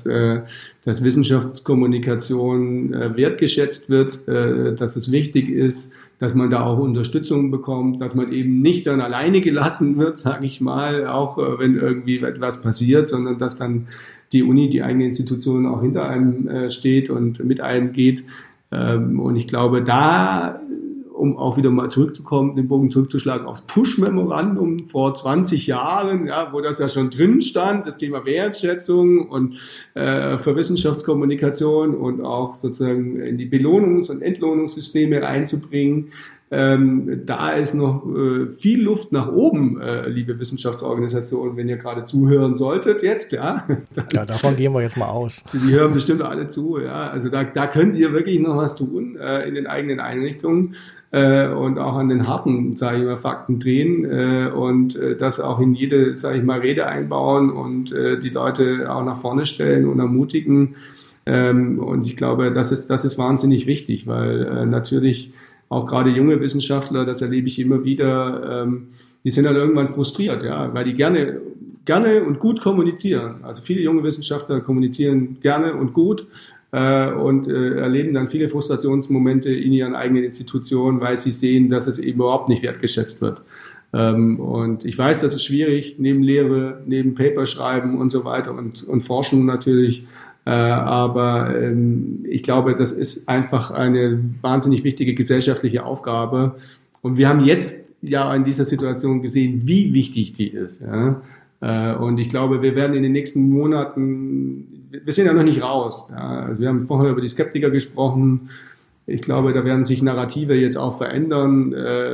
Wissenschaftskommunikation wertgeschätzt wird, dass es wichtig ist, dass man da auch Unterstützung bekommt, dass man eben nicht dann alleine gelassen wird, sage ich mal, auch wenn irgendwie etwas passiert, sondern dass dann die Uni, die eigene Institution auch hinter einem steht und mit einem geht. Und ich glaube, da, um auch wieder mal zurückzukommen, den Bogen zurückzuschlagen, aufs Push-Memorandum vor 20 Jahren, ja, wo das ja schon drin stand, das Thema Wertschätzung und für Wissenschaftskommunikation und auch sozusagen in die Belohnungs- und Entlohnungssysteme einzubringen. Da ist noch viel Luft nach oben, liebe Wissenschaftsorganisationen, wenn ihr gerade zuhören solltet jetzt, ja. Ja, davon gehen wir jetzt mal aus. Die hören bestimmt alle zu, ja. Also da könnt ihr wirklich noch was tun in den eigenen Einrichtungen und auch an den harten, sage ich mal, Fakten drehen und das auch in jede, sage ich mal, Rede einbauen und die Leute auch nach vorne stellen und ermutigen. Und ich glaube, das ist wahnsinnig wichtig, weil natürlich auch gerade junge Wissenschaftler, das erlebe ich immer wieder, die sind dann irgendwann frustriert, ja, weil die gerne und gut kommunizieren. Also viele junge Wissenschaftler kommunizieren gerne und gut und erleben dann viele Frustrationsmomente in ihren eigenen Institutionen, weil sie sehen, dass es eben überhaupt nicht wertgeschätzt wird. Und ich weiß, das ist schwierig, neben Lehre, neben Paper schreiben und so weiter und Forschung natürlich. Aber ich glaube, das ist einfach eine wahnsinnig wichtige gesellschaftliche Aufgabe. Und wir haben jetzt ja in dieser Situation gesehen, wie wichtig die ist. Ja? Und ich glaube, wir werden in den nächsten Monaten, wir sind ja noch nicht raus. Ja? Also wir haben vorher über die Skeptiker gesprochen. Ich glaube, da werden sich Narrative jetzt auch verändern.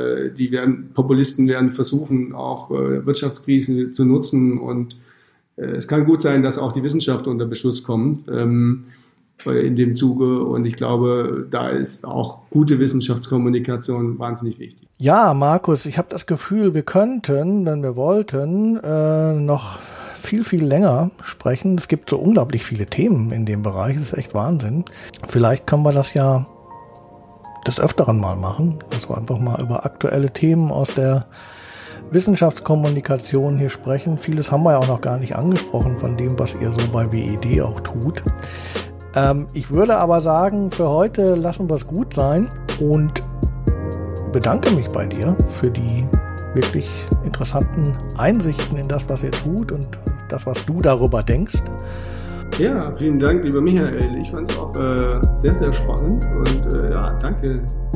Populisten werden versuchen, auch Wirtschaftskrisen zu nutzen und es kann gut sein, dass auch die Wissenschaft unter Beschuss kommt in dem Zuge. Und ich glaube, da ist auch gute Wissenschaftskommunikation wahnsinnig wichtig. Ja, Markus, ich habe das Gefühl, wir könnten, wenn wir wollten, noch viel, viel länger sprechen. Es gibt so unglaublich viele Themen in dem Bereich. Das ist echt Wahnsinn. Vielleicht können wir das ja des Öfteren mal machen, dass wir einfach mal über aktuelle Themen aus der Wissenschaftskommunikation hier sprechen. Vieles haben wir ja auch noch gar nicht angesprochen von dem, was ihr so bei WID auch tut. Ich würde aber sagen, für heute lassen wir es gut sein und bedanke mich bei dir für die wirklich interessanten Einsichten in das, was ihr tut und das, was du darüber denkst. Ja, vielen Dank, lieber Michael. Ich fand es auch sehr, sehr spannend und ja, danke